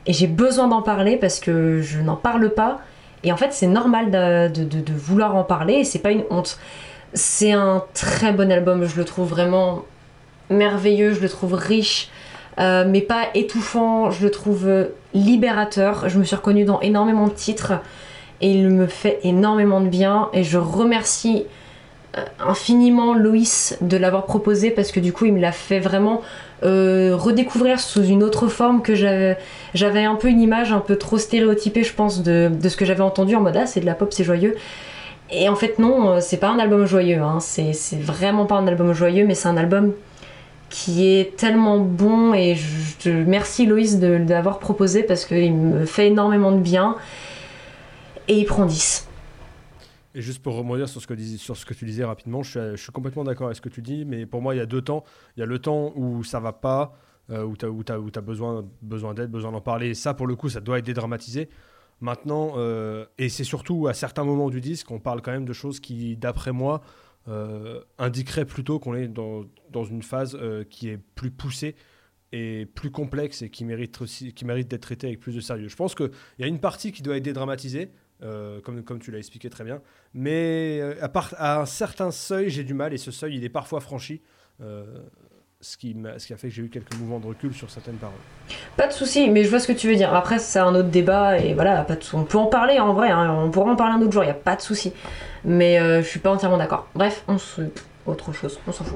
et j'ai besoin d'en parler parce que je n'en parle pas. Et en fait, c'est normal de, de, de, de vouloir en parler et c'est pas une honte. C'est un très bon album, je le trouve vraiment merveilleux, je le trouve riche, euh, mais pas étouffant, je le trouve libérateur. Je me suis reconnue dans énormément de titres et il me fait énormément de bien. Et je remercie infiniment Loïs de l'avoir proposé parce que du coup, il me l'a fait vraiment euh, redécouvrir sous une autre forme que j'avais. J'avais un peu une image un peu trop stéréotypée, je pense, de, de ce que j'avais entendu en mode ah, c'est de la pop, c'est joyeux. Et en fait, non, c'est pas un album joyeux, hein. c'est, c'est vraiment pas un album joyeux, mais c'est un album qui est tellement bon. Et je, je merci Loïs de, de l'avoir proposé parce qu'il me fait énormément de bien. Et il prend dix. Et juste pour rebondir sur ce que, dis, sur ce que tu disais rapidement, je suis, je suis complètement d'accord avec ce que tu dis, mais pour moi, il y a deux temps. Il y a le temps où ça va pas, euh, où tu as où t'as, où t'as besoin, besoin d'aide, besoin d'en parler. Et ça, pour le coup, ça doit être dédramatisé. Maintenant, euh, et c'est surtout à certains moments du disque, on parle quand même de choses qui, d'après moi, euh, indiqueraient plutôt qu'on est dans, dans une phase euh, qui est plus poussée et plus complexe et qui mérite, aussi, qui mérite d'être traitée avec plus de sérieux. Je pense qu'il y a une partie qui doit être dédramatisée, euh, comme, comme tu l'as expliqué très bien, mais euh, à, part, à un certain seuil, j'ai du mal, et ce seuil, il est parfois franchi. Euh, Ce qui, m'a, ce qui a fait que j'ai eu quelques mouvements de recul sur certaines paroles. Pas de souci, mais je vois ce que tu veux dire. Après, c'est un autre débat et voilà, pas de sou- on peut en parler en vrai, hein, on pourra en parler un autre jour, il n'y a pas de souci. Mais euh, je suis pas entièrement d'accord. Bref, on se... autre chose, on s'en fout.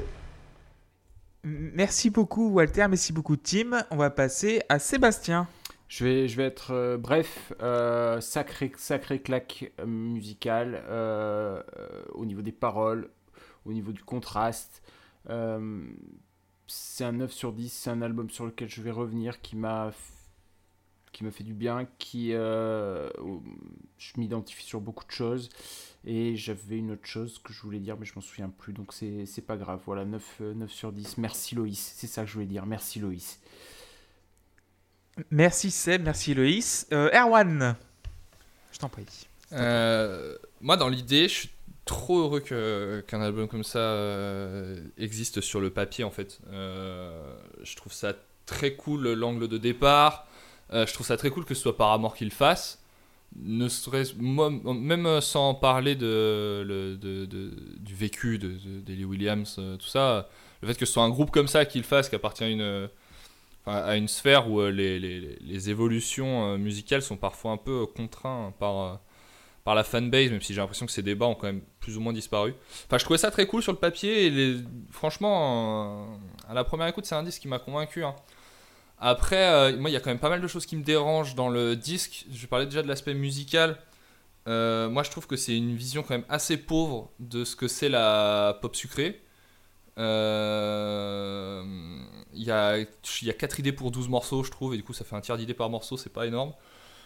Merci beaucoup Walter, merci beaucoup Tim. On va passer à Sébastien. Je vais, je vais être euh, bref, euh, sacré, sacré claque euh, musicale euh, euh, au niveau des paroles, au niveau du contraste. Euh, c'est un neuf sur dix, c'est un album sur lequel je vais revenir, qui m'a, qui m'a fait du bien, qui, euh, je m'identifie sur beaucoup de choses, et j'avais une autre chose que je voulais dire, mais je m'en souviens plus, donc c'est, c'est pas grave, voilà, neuf, neuf sur dix, merci Loïs, c'est ça que je voulais dire, merci Loïs. Merci Seb, merci Loïs. Euh, Erwan, je t'en prie. Euh, moi, dans l'idée, je suis trop heureux que, qu'un album comme ça euh, existe sur le papier, en fait. Euh, je trouve ça très cool, l'angle de départ. Euh, je trouve ça très cool que ce soit Paramore qui le fasse. Ne serait-ce, moi, même sans parler de, le, de, de, du vécu de, de, d'Hayley Williams, euh, tout ça, le fait que ce soit un groupe comme ça qui le fasse, qui appartient à une, enfin, à une sphère où euh, les, les, les évolutions euh, musicales sont parfois un peu contraintes par... Euh, par la fanbase, même si j'ai l'impression que ces débats ont quand même plus ou moins disparu. Enfin, je trouvais ça très cool sur le papier, et les... franchement, euh, à la première écoute, c'est un disque qui m'a convaincu. Hein. Après, euh, moi, il y a quand même pas mal de choses qui me dérangent dans le disque. Je parlais déjà de l'aspect musical. Euh, moi, je trouve que c'est une vision quand même assez pauvre de ce que c'est la pop sucrée. Euh, Il y a, il y a quatre idées pour douze morceaux, je trouve, et du coup, ça fait un tiers d'idées par morceau, c'est pas énorme.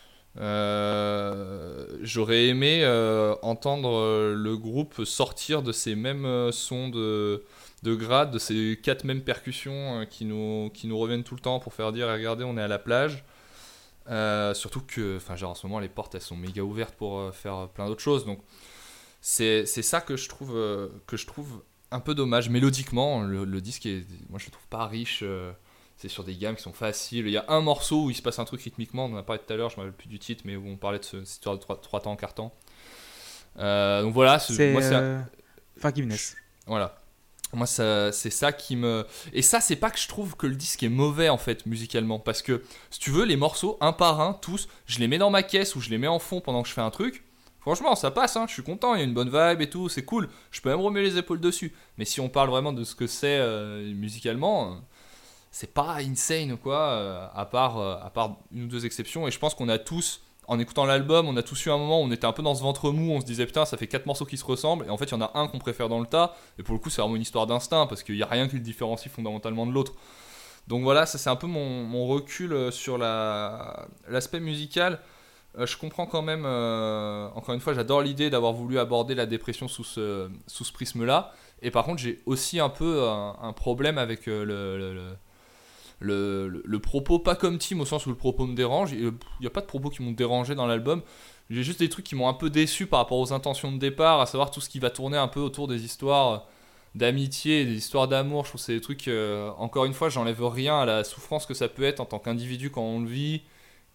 Euh, j'aurais aimé euh, entendre euh, le groupe sortir de ces mêmes euh, sons de, de grade, de ces quatre mêmes percussions euh, qui, nous, qui nous reviennent tout le temps pour faire dire regardez, on est à la plage. Euh, surtout que genre, en ce moment les portes elles sont méga ouvertes pour euh, faire plein d'autres choses, donc c'est, c'est ça que je, trouve, euh, que je trouve un peu dommage. Mélodiquement, le, le disque est, moi je le trouve pas riche. euh, C'est sur des gammes qui sont faciles. Il y a un morceau où il se passe un truc rythmiquement, on en a parlé tout à l'heure, je ne me rappelle plus du titre, mais où on parlait de ce, cette histoire de trois temps, quart temps. Euh, donc voilà, c'est, c'est moi c'est euh... Forgiveness. Voilà. Moi ça, c'est ça qui me... Et ça, c'est pas que je trouve que le disque est mauvais en fait, musicalement. Parce que, si tu veux, les morceaux, un par un, tous, je les mets dans ma caisse ou je les mets en fond pendant que je fais un truc. Franchement, ça passe, hein, je suis content, il y a une bonne vibe et tout, c'est cool. Je peux même remuer les épaules dessus. Mais si on parle vraiment de ce que c'est euh, musicalement... Euh, c'est pas insane quoi, euh, à part euh, à part une ou deux exceptions. Et je pense qu'on a tous, en écoutant l'album, on a tous eu un moment où on était un peu dans ce ventre mou, on se disait putain ça fait quatre morceaux qui se ressemblent, et en fait il y en a un qu'on préfère dans le tas, et pour le coup c'est vraiment une histoire d'instinct parce qu'il y a rien qui le différencie fondamentalement de l'autre. Donc voilà, ça c'est un peu mon, mon recul sur la, l'aspect musical. Euh, je comprends quand même, euh, encore une fois j'adore l'idée d'avoir voulu aborder la dépression sous ce, sous ce prisme là, et par contre j'ai aussi un peu un, un problème avec euh, le, le, le Le, le, le propos, pas comme Tim au sens où le propos me dérange. Il n'y a pas de propos qui m'ont dérangé dans l'album. J'ai juste des trucs qui m'ont un peu déçu par rapport aux intentions de départ, à savoir tout ce qui va tourner un peu autour des histoires d'amitié, des histoires d'amour. Je trouve que c'est des trucs, euh, encore une fois, j'enlève rien à la souffrance que ça peut être en tant qu'individu quand on le vit,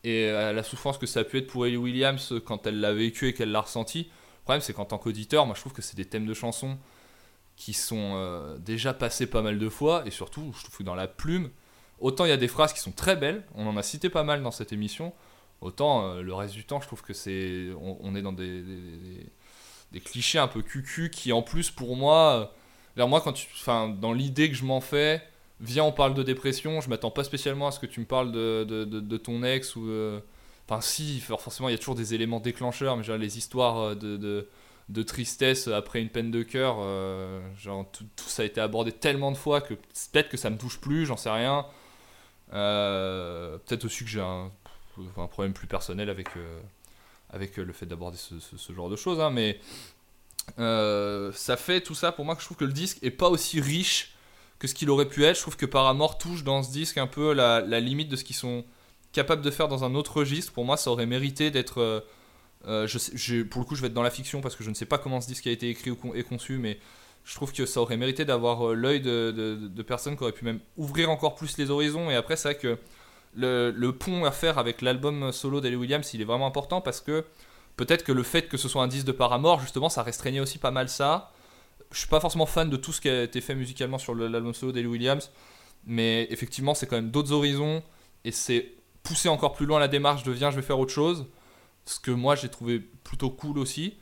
et à la souffrance que ça a pu être pour Ellie Williams quand elle l'a vécu et qu'elle l'a ressenti. Le problème, c'est qu'en tant qu'auditeur, moi je trouve que c'est des thèmes de chansons qui sont euh, déjà passés pas mal de fois, et surtout, je trouve que dans la plume, autant il y a des phrases qui sont très belles, on en a cité pas mal dans cette émission, autant euh, le reste du temps, je trouve que c'est, on, on est dans des, des, des, des clichés un peu cucu qui, en plus, pour moi, vers moi, quand tu, enfin, dans l'idée que je m'en fais, viens, on parle de dépression, je m'attends pas spécialement à ce que tu me parles de, de, de, de ton ex ou. Euh, Enfin, si, forcément, il y a toujours des éléments déclencheurs, mais genre les histoires de, de, de tristesse après une peine de cœur, euh, genre tout, tout ça a été abordé tellement de fois que peut-être que ça me touche plus, j'en sais rien. Euh, peut-être aussi que j'ai un, un problème plus personnel avec, euh, avec le fait d'aborder ce, ce, ce genre de choses, hein, mais euh, ça fait tout ça pour moi que je trouve que le disque est pas aussi riche que ce qu'il aurait pu être. Je trouve que Paramore touche dans ce disque un peu la, la limite de ce qu'ils sont capable de faire dans un autre registre. Pour moi, ça aurait mérité d'être euh, euh, je sais, je, pour le coup je vais être dans la fiction parce que je ne sais pas comment ce disque a été écrit ou con, et conçu, mais je trouve que ça aurait mérité d'avoir euh, l'œil de, de, de personnes qui auraient pu même ouvrir encore plus les horizons. Et après, c'est vrai que le, le pont à faire avec l'album solo d'Ellie Williams, il est vraiment important parce que peut-être que le fait que ce soit un disque de Paramore, justement, ça restreignait aussi pas mal ça. Je suis pas forcément fan de tout ce qui a été fait musicalement sur le, l'album solo d'Ellie Williams, mais effectivement c'est quand même d'autres horizons et c'est pousser encore plus loin la démarche de viens, je vais faire autre chose, ce que moi j'ai trouvé plutôt cool aussi.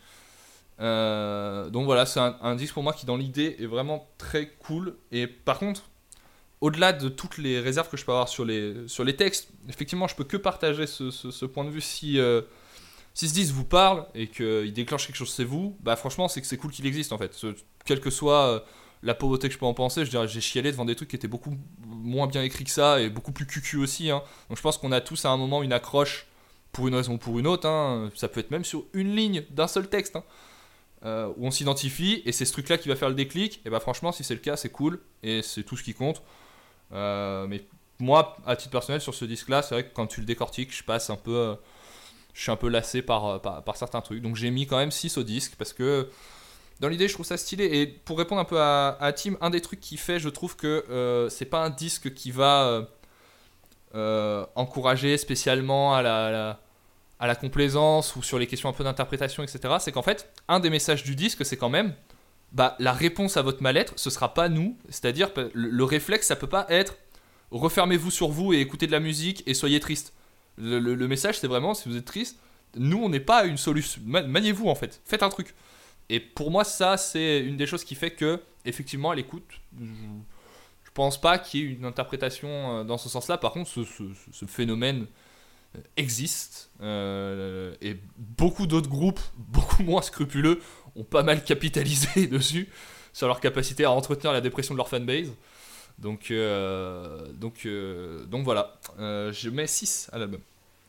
Euh, donc voilà, c'est un, un disque pour moi qui dans l'idée est vraiment très cool. Et par contre, au-delà de toutes les réserves que je peux avoir sur les, sur les textes, effectivement je peux que partager ce, ce, ce point de vue. Si, euh, si ce disque vous parle et qu'il déclenche quelque chose chez vous, bah franchement c'est que c'est cool qu'il existe en fait. Ce, quelle que soit euh, la pauvreté que je peux en penser, je dirais j'ai chialé devant des trucs qui étaient beaucoup moins bien écrits que ça et beaucoup plus cucu aussi, hein. Donc je pense qu'on a tous à un moment une accroche pour une raison ou pour une autre, hein. Ça peut être même sur une ligne d'un seul texte, hein. Euh, où on s'identifie et c'est ce truc là qui va faire le déclic. Et bah franchement si c'est le cas c'est cool et c'est tout ce qui compte. Euh, mais moi à titre personnel sur ce disque là c'est vrai que quand tu le décortiques je passe un peu euh, je suis un peu lassé par, par, par certains trucs, donc j'ai mis quand même six au disque parce que dans l'idée je trouve ça stylé. Et pour répondre un peu à, à Tim, un des trucs qui fait je trouve que euh, c'est pas un disque qui va euh, euh, encourager spécialement à la, à la à la complaisance ou sur les questions un peu d'interprétation, et cetera. C'est qu'en fait, un des messages du disque, c'est quand même bah, la réponse à votre mal-être, ce sera pas nous. C'est-à-dire, le, le réflexe, ça peut pas être refermez-vous sur vous et écoutez de la musique et soyez triste. Le, le, le message, c'est vraiment, si vous êtes triste, nous, on n'est pas une solution. Maniez-vous, en fait. Faites un truc. Et pour moi, ça, c'est une des choses qui fait que, effectivement, à l'écoute, je, je pense pas qu'il y ait une interprétation dans ce sens-là. Par contre, ce, ce, ce phénomène existe euh, et beaucoup d'autres groupes beaucoup moins scrupuleux ont pas mal capitalisé dessus sur leur capacité à entretenir la dépression de leur fanbase, donc euh, donc euh, donc voilà, euh, je mets six à l'album.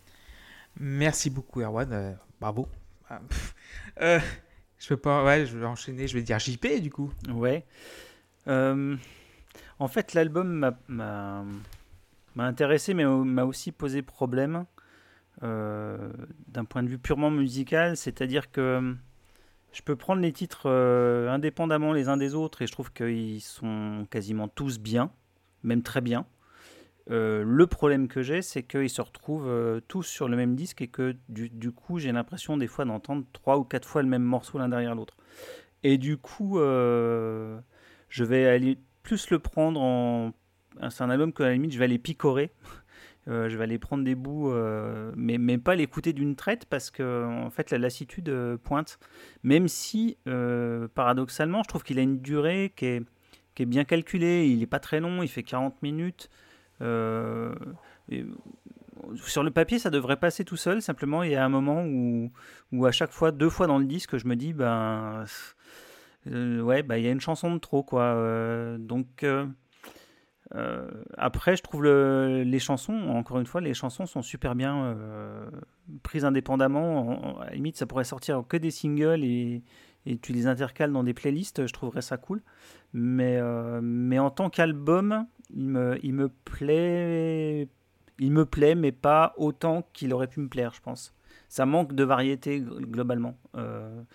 Merci beaucoup Erwan, euh, bravo. euh, je peux pas, ouais, je vais enchaîner, je vais dire J P du coup. Ouais. Euh, en fait l'album m'a, m'a, m'a intéressé mais m'a aussi posé problème. Euh, d'un point de vue purement musical, c'est-à-dire que je peux prendre les titres euh, indépendamment les uns des autres et je trouve qu'ils sont quasiment tous bien, même très bien. Euh, le problème que j'ai, c'est qu'ils se retrouvent euh, tous sur le même disque et que du, du coup, j'ai l'impression des fois d'entendre trois ou quatre fois le même morceau l'un derrière l'autre. Et du coup, euh, je vais aller plus le prendre en... C'est un album que à la limite, je vais aller picorer. Euh, je vais aller prendre des bouts, euh, mais, mais pas l'écouter d'une traite parce que en fait la lassitude euh, pointe. Même si, euh, paradoxalement, je trouve qu'il a une durée qui est, qui est bien calculée. Il n'est pas très long, il fait quarante minutes. Euh, et, sur le papier, ça devrait passer tout seul. Simplement, il y a un moment où, où à chaque fois, deux fois dans le disque, je me dis, ben, euh, ouais, ben, il y a une chanson de trop, quoi. Euh, donc. Euh, Euh, après, je trouve le, les chansons, encore une fois, les chansons sont super bien euh, prises indépendamment. En, à la limite, ça pourrait sortir que des singles et, et tu les intercales dans des playlists, je trouverais ça cool. Mais, euh, mais en tant qu'album, il me, il me plaît, il me plaît, mais pas autant qu'il aurait pu me plaire, je pense. Ça manque de variété globalement. Euh,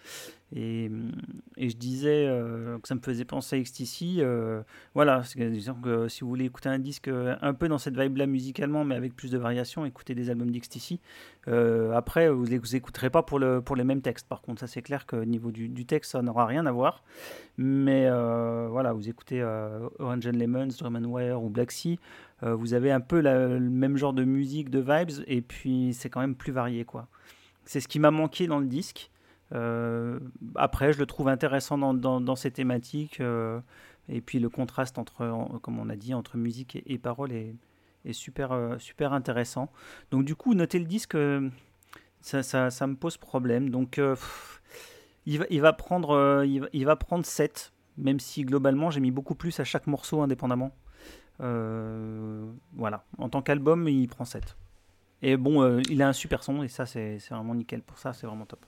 Et, et je disais euh, que ça me faisait penser à X T C. Euh, voilà, c'est que, disons que si vous voulez écouter un disque un peu dans cette vibe-là musicalement, mais avec plus de variations, écoutez des albums d'X T C. Euh, après, vous vous écouterez pas pour, le, pour les mêmes textes. Par contre, ça c'est clair qu'au niveau du, du texte, ça n'aura rien à voir. Mais euh, voilà, vous écoutez euh, Orange and Lemons, Drum and Wire ou Black Sea, euh, vous avez un peu la, le même genre de musique, de vibes, et puis c'est quand même plus varié, quoi. C'est ce qui m'a manqué dans le disque. Euh, après, je le trouve intéressant dans, dans, dans ces thématiques, euh, et puis le contraste entre, en, comme on a dit, entre musique et, et paroles est, est super, euh, super intéressant. Donc du coup, noter le disque, euh, ça, ça, ça me pose problème. Donc euh, pff, il, va, il, va prendre, euh, il, va, il va prendre sept, même si globalement j'ai mis beaucoup plus à chaque morceau indépendamment. Euh, voilà, en tant qu'album, il prend sept. Et bon, euh, il a un super son, et ça c'est, c'est vraiment nickel. Pour ça, c'est vraiment top.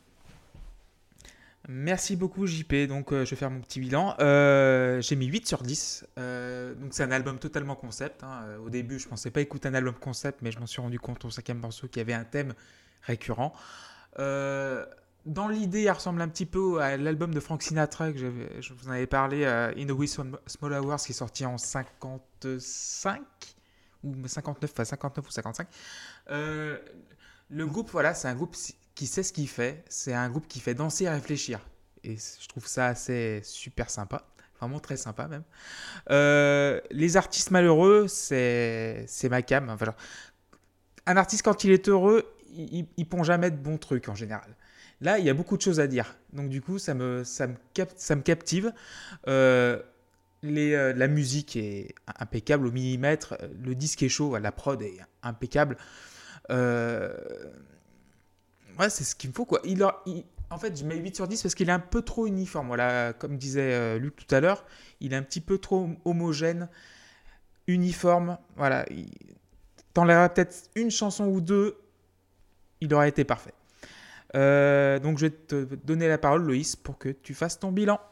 Merci beaucoup J P, donc euh, je vais faire mon petit bilan. Euh, j'ai mis huit sur dix, euh, donc c'est un album totalement concept. Hein. Euh, Au début je pensais pas écouter un album concept, mais je m'en suis rendu compte au cinquième morceau qu'il y avait un thème récurrent. Euh, dans l'idée, il ressemble un petit peu à l'album de Frank Sinatra que j'avais, je vous en avais parlé, euh, In a Wee Small Hours, qui est sorti en cinquante-cinq ou cinquante-neuf, enfin cinquante-neuf ou cinquante-cinq. Euh, le groupe, voilà, c'est un groupe qui sait ce qu'il fait. C'est un groupe qui fait danser et réfléchir. Et je trouve ça assez super sympa. Vraiment très sympa même. Euh, les artistes malheureux, c'est, c'est ma cam. Enfin, genre, un artiste, quand il est heureux, il ne pond jamais de bons trucs en général. Là, il y a beaucoup de choses à dire. Donc du coup, ça me, ça me, cap, ça me captive. Euh, les, euh, la musique est impeccable au millimètre. Le disque est chaud. La prod est impeccable. Euh... Ouais, c'est ce qu'il me faut, quoi. Il a, il... En fait, je mets huit sur dix parce qu'il est un peu trop uniforme. Voilà, comme disait euh, Luc tout à l'heure, il est un petit peu trop homogène, uniforme. Voilà, il... t'enlèverais peut-être une chanson ou deux, il aurait été parfait. Euh, donc, je vais te donner la parole, Loïs, pour que tu fasses ton bilan.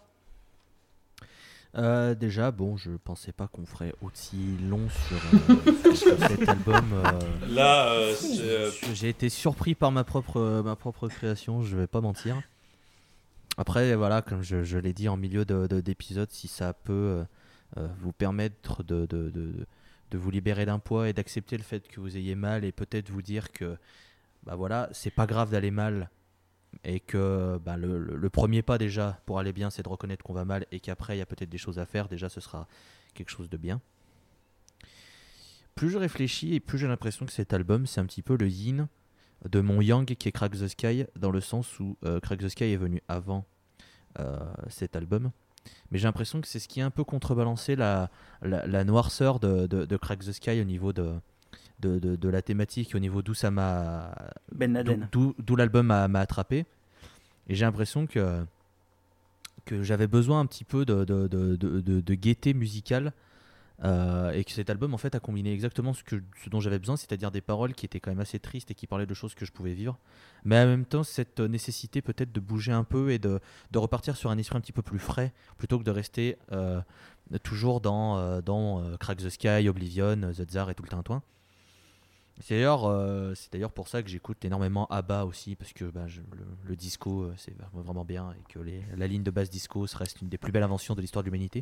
Euh, déjà, bon, je pensais pas qu'on ferait aussi long sur, euh, sur cet album. Euh, Là, euh, c'est, euh, j'ai été surpris par ma propre, euh, ma propre création, je vais pas mentir. Après, voilà, comme je, je l'ai dit en milieu de, de, d'épisode, si ça peut euh, euh, vous permettre de, de, de, de vous libérer d'un poids et d'accepter le fait que vous ayez mal et peut-être vous dire que bah voilà, c'est pas grave d'aller mal. Et que bah, le, le, le premier pas déjà pour aller bien, c'est de reconnaître qu'on va mal et qu'après il y a peut-être des choses à faire. Déjà, ce sera quelque chose de bien. Plus je réfléchis et plus j'ai l'impression que cet album, c'est un petit peu le yin de mon yang qui est Crack the Sky, dans le sens où euh, Crack the Sky est venu avant euh, cet album. Mais j'ai l'impression que c'est ce qui a un peu contrebalancé la, la, la noirceur de, de, de Crack the Sky au niveau de... De, de, de la thématique, au niveau d'où ça m'a Ben Laden. d'où, d'où l'album m'a, m'a attrapé, et j'ai l'impression que que j'avais besoin un petit peu de, de, de, de, de, de gaieté musicale, euh, et que cet album en fait a combiné exactement ce, que, ce dont j'avais besoin, c'est-à-dire des paroles qui étaient quand même assez tristes et qui parlaient de choses que je pouvais vivre, mais en même temps cette nécessité peut-être de bouger un peu et de, de repartir sur un esprit un petit peu plus frais plutôt que de rester euh, toujours dans, euh, dans euh, Crack the Sky, Oblivion, The Tsar et tout le tintouin. C'est d'ailleurs, euh, c'est d'ailleurs pour ça que j'écoute énormément ABBA aussi, parce que bah, je, le, le disco, euh, c'est vraiment, vraiment bien, et que les, la ligne de basse disco reste une des plus belles inventions de l'histoire de l'humanité.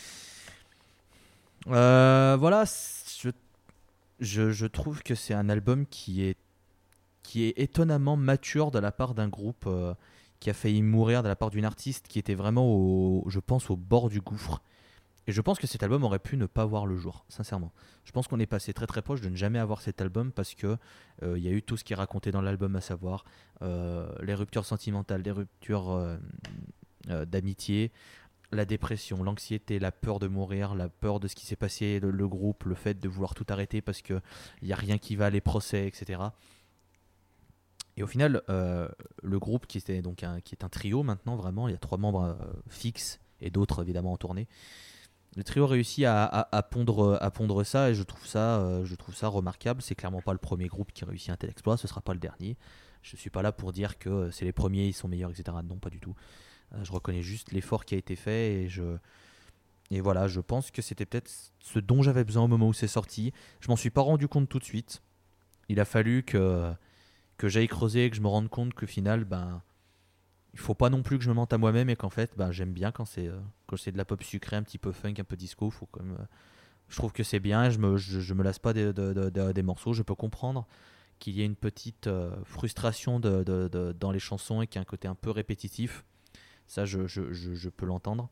Euh, voilà, je, je, je trouve que c'est un album qui est, qui est étonnamment mature de la part d'un groupe euh, qui a failli mourir, de la part d'une artiste qui était vraiment, au, je pense, au bord du gouffre. Et je pense que cet album aurait pu ne pas voir le jour, sincèrement. Je pense qu'on est passé très très proche de ne jamais avoir cet album parce qu'il euh, y a eu tout ce qui est raconté dans l'album, à savoir euh, les ruptures sentimentales, les ruptures euh, euh, d'amitié, la dépression, l'anxiété, la peur de mourir, la peur de ce qui s'est passé, le, le groupe, le fait de vouloir tout arrêter parce qu'il n'y a rien qui va, les procès, et cetera. Et au final, euh, le groupe qui, était donc un, qui est un trio maintenant, vraiment, il y a trois membres euh, fixes et d'autres évidemment en tournée. Le trio réussit à, à, à, pondre, à pondre ça et je trouve ça, euh, je trouve ça remarquable. C'est clairement pas le premier groupe qui réussit un tel exploit, ce sera pas le dernier. Je suis pas là pour dire que c'est les premiers, ils sont meilleurs, et cetera. Non, pas du tout. Euh, je reconnais juste l'effort qui a été fait et je et voilà, je pense que c'était peut-être ce dont j'avais besoin au moment où c'est sorti. Je m'en suis pas rendu compte tout de suite. Il a fallu que que j'aille creuser et que je me rende compte qu'au final, ben il faut pas non plus que je me mente à moi-même et qu'en fait, bah, j'aime bien quand c'est, euh, quand c'est de la pop sucrée, un petit peu funk, un peu disco. Faut quand même, euh, je trouve que c'est bien. Je me, je, je me lasse pas des, de, de, de, des morceaux. Je peux comprendre qu'il y ait une petite euh, frustration de, de, de, dans les chansons et qu'il y a un côté un peu répétitif. Ça, je, je, je, je peux l'entendre.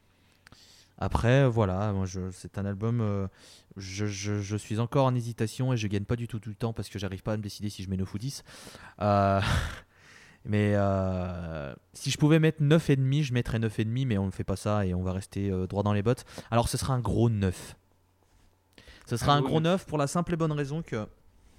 Après, voilà, moi je, c'est un album. Euh, je, je, je suis encore en hésitation et je gagne pas du tout tout le temps parce que j'arrive pas à me décider si je mets neuf ou dix. Euh, mais euh, si je pouvais mettre neuf virgule cinq, je mettrais neuf virgule cinq, mais on ne fait pas ça et on va rester euh, droit dans les bottes. Alors ce sera un gros neuf. Ce sera un, un gros neuf pour la simple et bonne raison que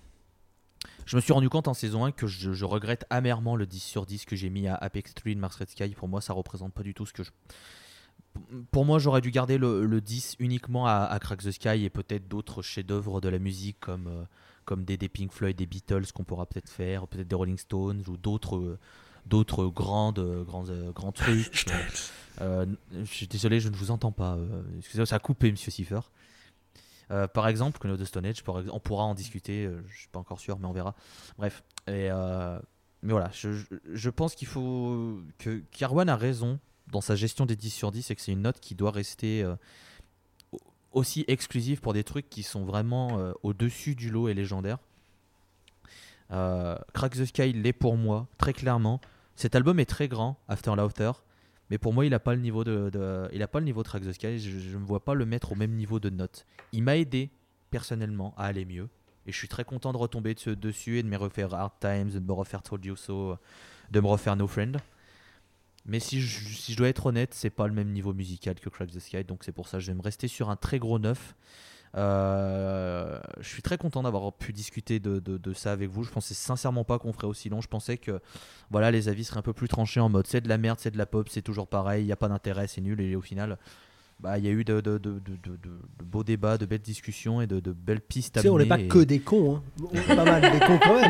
je me suis rendu compte en saison un que je, je regrette amèrement le dix sur dix que j'ai mis à Apex Twin, Mars Red Sky. Pour moi, ça représente pas du tout ce que je. Pour moi, j'aurais dû garder le, le dix uniquement à, à Crack the Sky et peut-être d'autres chefs-d'œuvre de la musique comme, euh, comme des, des Pink Floyd, des Beatles qu'on pourra peut-être faire, peut-être des Rolling Stones ou d'autres, euh, d'autres grandes, euh, grands, euh, grands trucs. euh, je suis désolé, je ne vous entends pas. Euh, excusez-moi, ça a coupé, Monsieur Cipher. Euh, par exemple, Queen of the Stone Age, on pourra en discuter, euh, je ne suis pas encore sûr, mais on verra. Bref, et, euh, mais voilà, je, je pense qu'il faut que qu'Erwan a raison dans sa gestion des dix sur dix et que c'est une note qui doit rester euh, aussi exclusive pour des trucs qui sont vraiment euh, au-dessus du lot et légendaires. Euh, Crack the Sky l'est pour moi, très clairement. Cet album est très grand, After Laughter, mais pour moi il n'a pas le niveau de, de, il a pas le niveau de Crack the Sky. Je ne me vois pas le mettre au même niveau de note. Il m'a aidé personnellement à aller mieux et je suis très content de retomber de, dessus et de me refaire Hard Times, de me refaire Told You So, de me refaire No Friend. Mais si je, si je dois être honnête, c'est pas le même niveau musical que Crack the Sky, donc c'est pour ça que je vais me rester sur un très gros neuf. Euh, je suis très content d'avoir pu discuter de, de, de ça avec vous. Je pensais sincèrement pas qu'on ferait aussi long. Je pensais que voilà, les avis seraient un peu plus tranchés en mode c'est de la merde, c'est de la pop, c'est toujours pareil, il n'y a pas d'intérêt, c'est nul. Et au final, bah, il y a eu de, de, de, de, de, de beaux débats, de belles discussions et de, de belles pistes à mener. On n'est pas et... que des cons, hein. On est pas mal des cons quand même.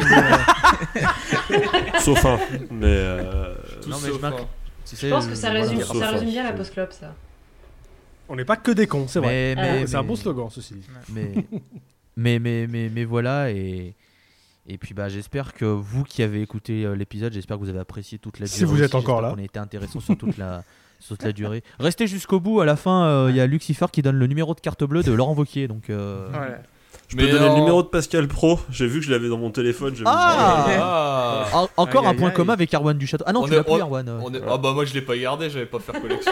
Mais... Sauf un. Mais. Euh... Non, mais je m'inc... Je pense que ça résume, voilà. ça résume bien la post-club, ça. On n'est pas que des cons, c'est mais, vrai. Mais, c'est mais, un bon slogan, ceci. Mais, mais, mais, mais, mais voilà, et, et puis bah, j'espère que vous qui avez écouté euh, l'épisode, j'espère que vous avez apprécié toute la durée. Si vous êtes aussi, encore là. On a été intéressant sur toute la, sur toute la durée. Restez jusqu'au bout, à la fin, il euh, y a Lucifer qui donne le numéro de carte bleue de Laurent Wauquiez. Donc, euh... voilà. Je peux mais donner non. le numéro de Pascal Pro. J'ai vu que je l'avais dans mon téléphone. J'ai ah, vu ah. ah Encore aïe, un aïe, point aïe. commun avec Erwan du Château. Ah non, on tu l'as plus, Erwan. On est... Ah bah moi je l'ai pas gardé, j'avais pas faire collection.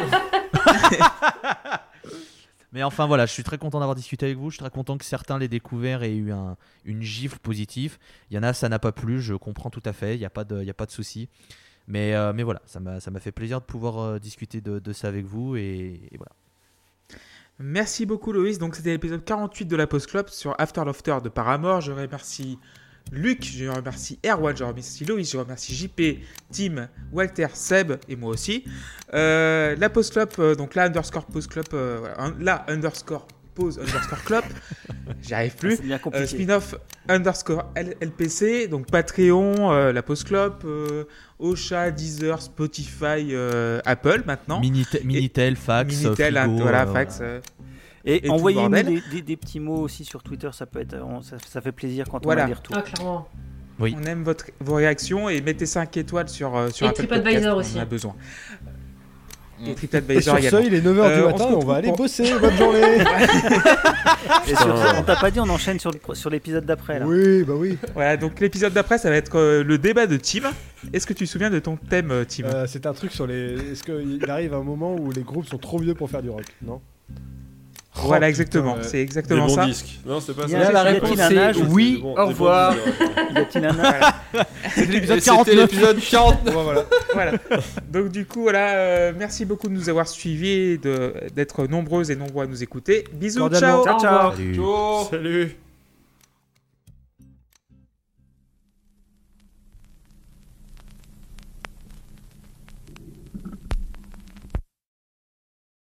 Mais enfin voilà, je suis très content d'avoir discuté avec vous. Je suis très content que certains l'aient découvert et aient eu un, une gifle positive. Il y en a, ça n'a pas plu. Je comprends tout à fait. Il n'y a pas de, il y a pas de souci. Mais, euh, mais voilà, ça m'a, ça m'a fait plaisir de pouvoir euh, discuter de, de ça avec vous et, et voilà. Merci beaucoup Loïs, donc c'était l'épisode quarante-huit de la Post Club sur After Laughter de Paramore. Je remercie Luc, je remercie Erwan, je remercie Loïs, je remercie J P, Tim, Walter, Seb et moi aussi. Euh, la Post Club, euh, donc la underscore Post Club, euh, voilà, un, la underscore pause underscore club, j'y arrive plus. Euh, spin-off underscore L- LPC, donc Patreon, euh, la Post Club, euh, Ocha, Deezer, Spotify, euh, Apple maintenant. Minitel, Minitel fax, Minitel, frigo, hein, voilà, euh, fax. Euh, et, et envoyez-nous des, des, des petits mots aussi sur Twitter, ça peut être, on, ça, ça fait plaisir quand voilà. on a des retours. Ah, clairement. Oui. On aime votre, vos réactions et mettez cinq étoiles sur, euh, sur et Apple TripAdvisor Podcast, aussi. on a besoin. Mmh. Et TripAdvisor et sur également. ce, il est neuf heures euh, du matin, on, on va aller pour... bosser, bonne journée. Et sur ce, on t'a pas dit, on enchaîne sur, le, sur l'épisode d'après là. Oui, bah oui. Voilà, donc l'épisode d'après, ça va être euh, le débat de Tim. Est-ce que tu te souviens de ton thème, Tim? euh, C'est un truc sur les... Est-ce qu'il arrive un moment où les groupes sont trop vieux pour faire du rock, non? Voilà, oh, exactement, putain, c'est exactement des bons ça. Disques. Non, c'est pas Il ça. y a la réponse, c'est oui, bon, au revoir. Il y a Tinana. C'était l'épisode quarante-neuf. l'épisode quarante-neuf. voilà. voilà. Donc du coup, voilà, euh, merci beaucoup de nous avoir suivis et de, d'être nombreuses et nombreux à nous écter. Bisous, ciao. Ciao, ciao. Salut. Salut.